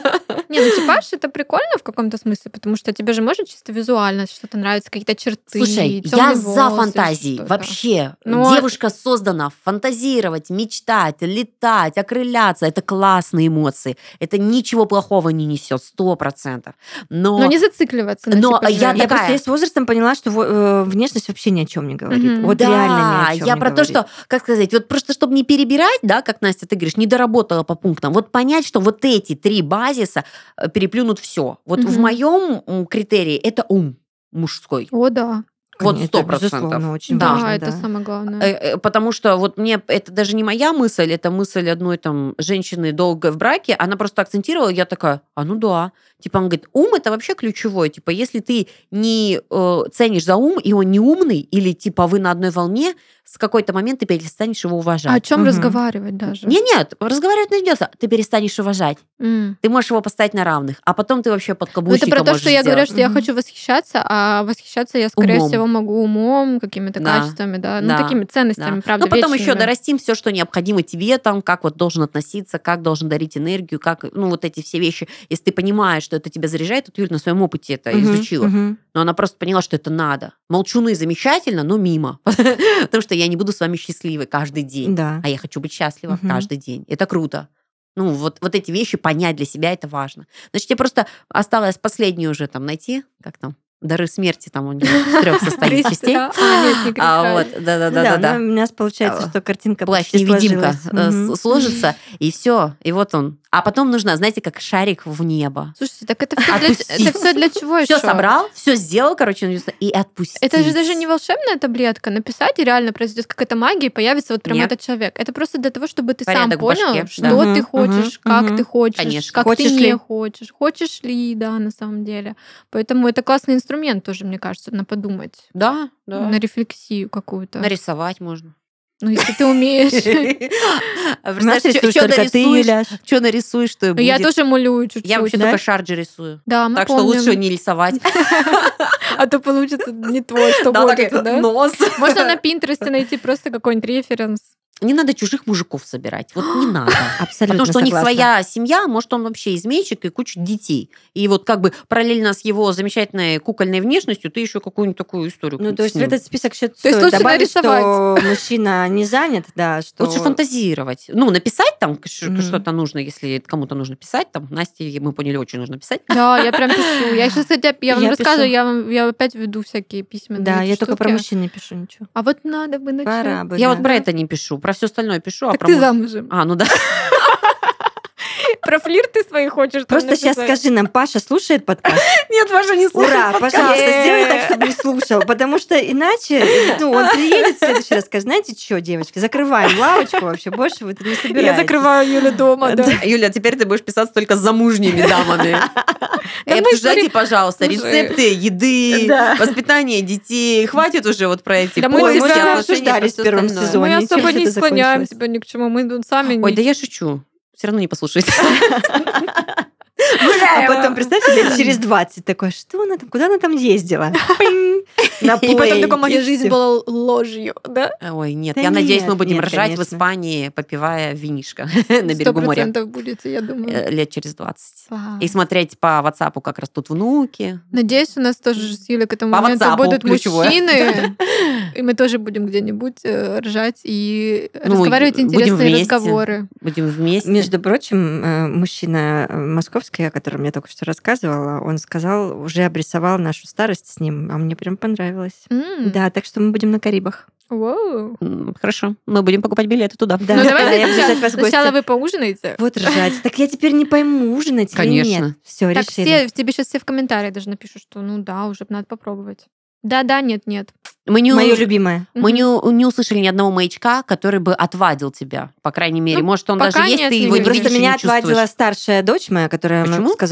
[SPEAKER 2] Не, ну типаж это прикольно в каком-то смысле, потому что тебе же может чисто визуально что-то нравится, какие-то черты.
[SPEAKER 3] Слушай,
[SPEAKER 2] тёмные
[SPEAKER 3] я за
[SPEAKER 2] волосы,
[SPEAKER 3] фантазии.
[SPEAKER 2] что-то.
[SPEAKER 3] Вообще.
[SPEAKER 2] Ну,
[SPEAKER 3] Девушка создана фантазировать, мечтать, летать, окрыляться. Это классные эмоции. Это ничего плохого не несет, сто процентов. Но,
[SPEAKER 2] Но не зацикливаться на
[SPEAKER 3] Но
[SPEAKER 2] типаже.
[SPEAKER 3] я
[SPEAKER 1] Я
[SPEAKER 3] такая-
[SPEAKER 1] просто я с возрастом поняла, что во- э, внешность вообще ни о чем не говорит.
[SPEAKER 2] Мгм.
[SPEAKER 1] Вот
[SPEAKER 3] да,
[SPEAKER 1] реально ни о чем
[SPEAKER 3] я
[SPEAKER 1] не
[SPEAKER 3] про то,
[SPEAKER 1] говорит.
[SPEAKER 3] что, как сказать, вот просто чтобы не перебирать, да, как Настя, ты говоришь, не доработала по пунктам. Вот понять, что вот эти три базиса э, переплюнут все. Вот в
[SPEAKER 2] Мгм.
[SPEAKER 3] моем критерии это ум мужской.
[SPEAKER 2] О, да.
[SPEAKER 3] Вот
[SPEAKER 1] Это,
[SPEAKER 3] сто процентов.
[SPEAKER 1] безусловно, очень
[SPEAKER 2] Да,
[SPEAKER 1] важно,
[SPEAKER 2] это
[SPEAKER 1] да.
[SPEAKER 2] самое главное.
[SPEAKER 3] Э, э, Потому что вот мне это даже не моя мысль, это мысль одной там женщины долго в браке. Она просто акцентировала, я такая, а ну да. Типа, он говорит, ум это вообще ключевой. Типа, если ты не э, ценишь за ум, и он не умный, или типа вы на одной волне, с какой-то момент ты перестанешь его
[SPEAKER 2] А о
[SPEAKER 3] уважать.
[SPEAKER 2] чем
[SPEAKER 1] Мгм.
[SPEAKER 2] разговаривать даже?
[SPEAKER 3] Не, нет, разговаривать найдется, ты перестанешь уважать.
[SPEAKER 2] М.
[SPEAKER 3] Ты можешь его поставить на равных, а потом ты вообще под
[SPEAKER 2] Ну, это
[SPEAKER 3] каблучником
[SPEAKER 2] про то,
[SPEAKER 3] можешь
[SPEAKER 2] что я говорю,
[SPEAKER 3] сделать.
[SPEAKER 2] что я
[SPEAKER 1] Мгм.
[SPEAKER 2] хочу восхищаться, а восхищаться я, скорее
[SPEAKER 3] Умом.
[SPEAKER 2] всего, могу умом, какими-то
[SPEAKER 3] Да.
[SPEAKER 2] качествами, да, ну,
[SPEAKER 3] Да.
[SPEAKER 2] такими ценностями,
[SPEAKER 3] Да.
[SPEAKER 2] правда,
[SPEAKER 3] Ну, потом еще
[SPEAKER 2] вечными.
[SPEAKER 3] дорастим все, что необходимо тебе, там, как вот должен относиться, как должен дарить энергию, как, ну, вот эти все вещи. Если ты понимаешь, что это тебя заряжает, то ты, Юль, на своем опыте это
[SPEAKER 1] Мгм,
[SPEAKER 3] изучила.
[SPEAKER 1] мгм.
[SPEAKER 3] Но она просто поняла, что это надо. Молчуны замечательно, но мимо. Потому что я не буду с вами счастливой каждый день.
[SPEAKER 1] Да.
[SPEAKER 3] А я хочу быть счастлива
[SPEAKER 1] Мгм.
[SPEAKER 3] каждый день. Это круто. Ну, вот, вот эти вещи понять для себя, это важно. Значит, тебе просто осталось последнюю уже там найти, как там, дары смерти там у нее из трех состоит
[SPEAKER 2] Крис,
[SPEAKER 3] частей.
[SPEAKER 2] да? А, нет, не Крис
[SPEAKER 3] А,
[SPEAKER 2] Райт.
[SPEAKER 3] вот, да, да,
[SPEAKER 1] Ну
[SPEAKER 3] да, да,
[SPEAKER 1] ну,
[SPEAKER 3] да.
[SPEAKER 1] у меня получается,
[SPEAKER 3] А,
[SPEAKER 1] что картинка
[SPEAKER 3] Плащ
[SPEAKER 1] почти
[SPEAKER 3] невидимка
[SPEAKER 1] сложилась.
[SPEAKER 3] э,
[SPEAKER 1] Мгм.
[SPEAKER 3] с- сложится, и все, и вот он. А потом нужно, знаете, как шарик в небо.
[SPEAKER 2] Слушайте, так это все для,
[SPEAKER 3] Отпустить.
[SPEAKER 2] это всё для чего
[SPEAKER 3] Все
[SPEAKER 2] еще?
[SPEAKER 3] собрал, все сделал, короче, и отпустить.
[SPEAKER 2] Это же даже не волшебная таблетка. Написать, и реально произойдет какая-то магия, и появится вот прям
[SPEAKER 3] Нет.
[SPEAKER 2] этот человек. Это просто для того, чтобы ты
[SPEAKER 3] Порядок
[SPEAKER 2] сам
[SPEAKER 3] в башке,
[SPEAKER 2] понял,
[SPEAKER 3] да.
[SPEAKER 2] что
[SPEAKER 1] Мгм,
[SPEAKER 2] ты хочешь,
[SPEAKER 1] мгм,
[SPEAKER 2] как
[SPEAKER 1] мгм.
[SPEAKER 2] ты хочешь,
[SPEAKER 3] Конечно.
[SPEAKER 2] как
[SPEAKER 1] Хочешь
[SPEAKER 2] ты
[SPEAKER 1] ли?
[SPEAKER 2] не хочешь. Хочешь ли, да, на самом деле. Поэтому это классный инструмент тоже, мне кажется, на подумать,
[SPEAKER 3] Да, да.
[SPEAKER 2] на рефлексию какую-то.
[SPEAKER 3] Нарисовать можно.
[SPEAKER 2] Ну, если ты умеешь.
[SPEAKER 1] У нас рисуешь только ты, Юляш.
[SPEAKER 3] Что нарисуешь, что и
[SPEAKER 2] Я
[SPEAKER 3] будет.
[SPEAKER 2] тоже малюю чуть-чуть.
[SPEAKER 3] Я вообще
[SPEAKER 1] да?
[SPEAKER 3] только шарджи рисую.
[SPEAKER 2] Да, мы
[SPEAKER 3] Так что
[SPEAKER 2] помним.
[SPEAKER 3] лучше не рисовать.
[SPEAKER 2] А то получится не то, что
[SPEAKER 3] Да,
[SPEAKER 2] хочется,
[SPEAKER 3] так,
[SPEAKER 2] да?
[SPEAKER 3] нос.
[SPEAKER 2] Можно на Пинтересте найти просто какой-нибудь референс.
[SPEAKER 3] Не надо чужих мужиков собирать. Вот не надо.
[SPEAKER 1] Абсолютно
[SPEAKER 3] Потому что у них
[SPEAKER 1] согласна.
[SPEAKER 3] своя семья, может, он вообще изменщик и куча детей. И вот как бы параллельно с его замечательной кукольной внешностью ты еще какую-нибудь такую историю
[SPEAKER 1] Ну, то
[SPEAKER 3] с
[SPEAKER 1] есть в
[SPEAKER 3] ним.
[SPEAKER 1] этот список еще
[SPEAKER 2] есть
[SPEAKER 1] стоит
[SPEAKER 2] лучше
[SPEAKER 1] добавить, что
[SPEAKER 2] нарисовать.
[SPEAKER 1] мужчина не занят, да, что...
[SPEAKER 3] Лучше фантазировать. Ну, написать там ш-
[SPEAKER 1] Мгм.
[SPEAKER 3] что-то нужно, если кому-то нужно писать. Там Насте, мы поняли, очень нужно писать.
[SPEAKER 2] Да, я прям пишу. Я сейчас, кстати, я вам
[SPEAKER 1] Я
[SPEAKER 2] рассказываю,
[SPEAKER 1] пишу.
[SPEAKER 2] я, вам, я опять веду всякие письменные
[SPEAKER 1] Да,
[SPEAKER 2] эти
[SPEAKER 1] я только про
[SPEAKER 2] штуки.
[SPEAKER 1] мужчин не пишу ничего.
[SPEAKER 2] А вот надо бы начать.
[SPEAKER 1] Пора бы,
[SPEAKER 3] Я
[SPEAKER 1] да.
[SPEAKER 3] вот про это не пишу, про все остальное пишу. а
[SPEAKER 2] Так
[SPEAKER 3] про
[SPEAKER 2] ты
[SPEAKER 3] муж-
[SPEAKER 2] замужем.
[SPEAKER 3] А, ну да.
[SPEAKER 2] Про флирты свои хочешь там
[SPEAKER 1] Просто сейчас
[SPEAKER 2] написать?
[SPEAKER 1] скажи нам, Паша слушает подкаст?
[SPEAKER 3] Нет, Маша не
[SPEAKER 1] Ура, пожалуйста,
[SPEAKER 2] Е-е-е.
[SPEAKER 1] сделай так, чтобы не слушал, потому что иначе, ну, он приедет в следующий раз, скажет, знаете что, девочки, закрываем лавочку вообще, больше вы тут не собираетесь.
[SPEAKER 2] Я закрываю Юлю дома, да.
[SPEAKER 3] Юля, теперь ты будешь писать только с замужними дамами. И
[SPEAKER 2] мы
[SPEAKER 3] обсуждайте,
[SPEAKER 2] смотри-
[SPEAKER 3] пожалуйста,
[SPEAKER 2] Слушай.
[SPEAKER 3] рецепты еды,
[SPEAKER 1] Да.
[SPEAKER 3] воспитание детей. Хватит уже вот про эти
[SPEAKER 2] Да мы
[SPEAKER 3] поиски,
[SPEAKER 2] тебя
[SPEAKER 3] отношения,
[SPEAKER 1] обсуждали
[SPEAKER 3] про
[SPEAKER 1] в
[SPEAKER 3] всё
[SPEAKER 1] первом
[SPEAKER 3] остальное.
[SPEAKER 1] сезоне.
[SPEAKER 2] Мы
[SPEAKER 1] Ничем
[SPEAKER 2] особо
[SPEAKER 1] же
[SPEAKER 2] не
[SPEAKER 1] это
[SPEAKER 2] склоняем
[SPEAKER 1] закончилось.
[SPEAKER 2] тебя ни к чему. Мы тут сами
[SPEAKER 3] Ой,
[SPEAKER 2] не-
[SPEAKER 3] да я шучу. Все равно не послушаете.
[SPEAKER 1] А потом, представьте, лет через двадцать такой, что она там, куда она там ездила? Пинь, на
[SPEAKER 2] И потом
[SPEAKER 1] плей,
[SPEAKER 2] такой, моя
[SPEAKER 1] и
[SPEAKER 2] жизнь
[SPEAKER 1] всё.
[SPEAKER 2] была ложью, да?
[SPEAKER 3] Ой, нет,
[SPEAKER 1] Да
[SPEAKER 3] я надеюсь, мы
[SPEAKER 1] нет,
[SPEAKER 3] будем
[SPEAKER 1] нет,
[SPEAKER 3] ржать в
[SPEAKER 1] конечно.
[SPEAKER 3] Испании, попивая винишко на
[SPEAKER 2] Сто
[SPEAKER 3] берегу моря
[SPEAKER 2] процентов будете, я думаю.
[SPEAKER 3] э, лет через двадцать.
[SPEAKER 2] Класс.
[SPEAKER 3] И смотреть по WhatsApp, как растут внуки.
[SPEAKER 2] Надеюсь, у нас тоже с Юлей к этому
[SPEAKER 3] По
[SPEAKER 2] моменту
[SPEAKER 3] WhatsApp
[SPEAKER 2] будут
[SPEAKER 3] ключевое.
[SPEAKER 2] мужчины, и мы тоже будем где-нибудь э, ржать и
[SPEAKER 3] Ну,
[SPEAKER 2] разговаривать
[SPEAKER 3] будем
[SPEAKER 2] интересные
[SPEAKER 3] вместе.
[SPEAKER 2] разговоры.
[SPEAKER 3] Будем вместе.
[SPEAKER 1] Между прочим, э, мужчина э, московский, о котором я только что рассказывала, он сказал, уже обрисовал нашу старость с ним, а мне прям понравилось.
[SPEAKER 2] М,
[SPEAKER 1] Да, так что мы будем на Карибах.
[SPEAKER 2] вау.
[SPEAKER 3] М, Хорошо, мы будем покупать билеты туда.
[SPEAKER 1] Да.
[SPEAKER 2] Ну
[SPEAKER 1] Да,
[SPEAKER 2] давайте
[SPEAKER 1] я буду
[SPEAKER 2] сначала,
[SPEAKER 1] ждать вас в гости.
[SPEAKER 2] сначала вы поужинаете.
[SPEAKER 1] Вот ржать. Так я теперь не пойму, ужинать или
[SPEAKER 3] Конечно.
[SPEAKER 1] нет. Все,
[SPEAKER 2] Так
[SPEAKER 1] решили.
[SPEAKER 2] все, тебе сейчас все в комментариях даже напишут, что ну да, уже надо попробовать. Да-да, нет-нет.
[SPEAKER 3] Мы не,
[SPEAKER 1] Мое
[SPEAKER 3] уж-
[SPEAKER 1] любимое.
[SPEAKER 3] мы
[SPEAKER 2] Мгм.
[SPEAKER 3] не, не услышали ни одного маячка, который бы отвадил тебя, по крайней мере.
[SPEAKER 2] Ну,
[SPEAKER 3] Может, он
[SPEAKER 2] пока
[SPEAKER 3] даже есть,
[SPEAKER 2] нет,
[SPEAKER 3] ты
[SPEAKER 2] не
[SPEAKER 3] его не
[SPEAKER 2] видно.
[SPEAKER 1] Просто
[SPEAKER 3] видишь и
[SPEAKER 1] меня
[SPEAKER 3] не
[SPEAKER 1] отвадила
[SPEAKER 3] чувствуешь.
[SPEAKER 1] старшая дочь моя, которая мне
[SPEAKER 3] Почему?
[SPEAKER 1] сказала,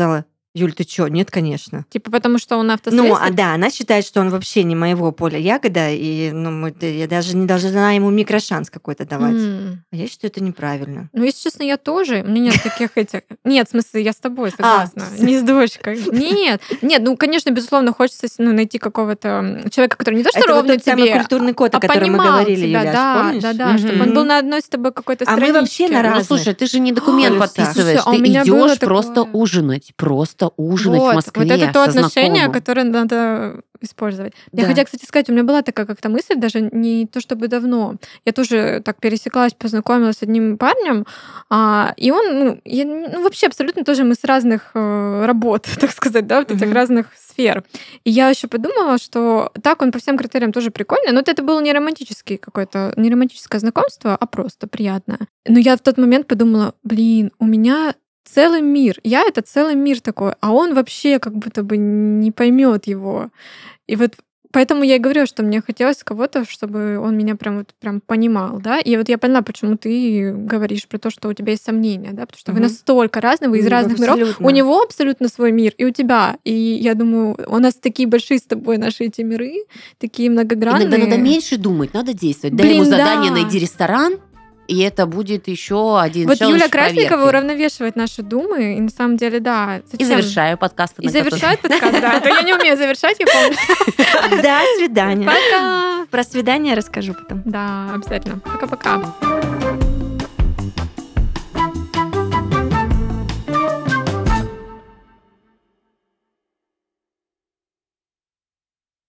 [SPEAKER 1] Юль, ты чё? Нет, конечно.
[SPEAKER 2] Типа потому что он автослесарь?
[SPEAKER 1] Ну, а да, она считает, что он вообще не моего поля ягода, и ну, мы, да, я даже не должна ему микрошанс какой-то давать.
[SPEAKER 2] М.
[SPEAKER 1] А я считаю, это неправильно.
[SPEAKER 2] Ну, если честно, я тоже. У меня нет таких этих... Нет, в смысле, я с тобой
[SPEAKER 1] А.
[SPEAKER 2] согласна. Не с дочкой. Нет. Нет, ну, конечно, безусловно, хочется ну, найти какого-то человека, который не то, что
[SPEAKER 1] Это вот
[SPEAKER 2] ровно
[SPEAKER 1] тот самый
[SPEAKER 2] тебе,
[SPEAKER 1] культурный код, о
[SPEAKER 2] а
[SPEAKER 1] котором мы
[SPEAKER 2] понимал
[SPEAKER 1] говорили,
[SPEAKER 2] тебя,
[SPEAKER 1] Юляш,
[SPEAKER 2] да,
[SPEAKER 1] помнишь?
[SPEAKER 2] да, да,
[SPEAKER 3] Мгм.
[SPEAKER 2] чтобы он был на одной с тобой какой-то
[SPEAKER 1] А мы вообще
[SPEAKER 2] страничке.
[SPEAKER 1] на
[SPEAKER 3] Ну,
[SPEAKER 1] разных.
[SPEAKER 3] слушай, ты же не документ
[SPEAKER 1] полюсах.
[SPEAKER 3] подписываешь,
[SPEAKER 2] Слушай, а у
[SPEAKER 3] ты
[SPEAKER 2] меня было
[SPEAKER 3] идешь просто
[SPEAKER 2] такое.
[SPEAKER 3] ужинать, просто ужинать
[SPEAKER 2] Вот,
[SPEAKER 3] в Москве
[SPEAKER 2] вот это то
[SPEAKER 3] со
[SPEAKER 2] отношение,
[SPEAKER 3] знакомым.
[SPEAKER 2] которое надо использовать. Я
[SPEAKER 1] Да.
[SPEAKER 2] хотела, кстати, сказать, у меня была такая как-то мысль, даже не то чтобы давно. Я тоже так пересеклась, познакомилась с одним парнем, а, и он, ну, я, не- ну, вообще абсолютно тоже мы с разных э, работ, так сказать, да, вот этих
[SPEAKER 1] Мгм.
[SPEAKER 2] разных сфер. И я еще подумала, что так он по всем критериям тоже прикольный, но вот это было не романтический какое-то, не романтическое знакомство, а просто приятное. Но я в тот момент подумала, блин, у меня целый мир. Я это целый мир такой, а он вообще как будто бы не поймет его. И вот поэтому я и говорю, что мне хотелось кого-то, чтобы он меня прям вот прям понимал, да. И вот я поняла, почему ты говоришь про то, что у тебя есть сомнения, да, потому что вы
[SPEAKER 1] Мгм.
[SPEAKER 2] настолько разные, вы из
[SPEAKER 1] Ну,
[SPEAKER 2] разных миров.
[SPEAKER 1] абсолютно.
[SPEAKER 2] У него абсолютно свой мир, и у тебя. И я думаю, у нас такие большие с тобой наши эти миры, такие многогранные.
[SPEAKER 3] Иногда надо меньше думать, надо действовать. Дай
[SPEAKER 2] Блин,
[SPEAKER 3] ему задание,
[SPEAKER 2] да.
[SPEAKER 3] найди ресторан, и это будет еще один
[SPEAKER 2] Вот
[SPEAKER 3] челлендж
[SPEAKER 2] Юля Красникова
[SPEAKER 3] проверки.
[SPEAKER 2] уравновешивает наши думы, и на самом деле, да.
[SPEAKER 3] И
[SPEAKER 2] Зачем?
[SPEAKER 3] завершаю подкаст.
[SPEAKER 2] И завершает подкаст, да. А то я не умею завершать, я помню.
[SPEAKER 1] До свидания.
[SPEAKER 2] Пока!
[SPEAKER 1] Про свидание расскажу потом.
[SPEAKER 2] Да, обязательно. Пока-пока.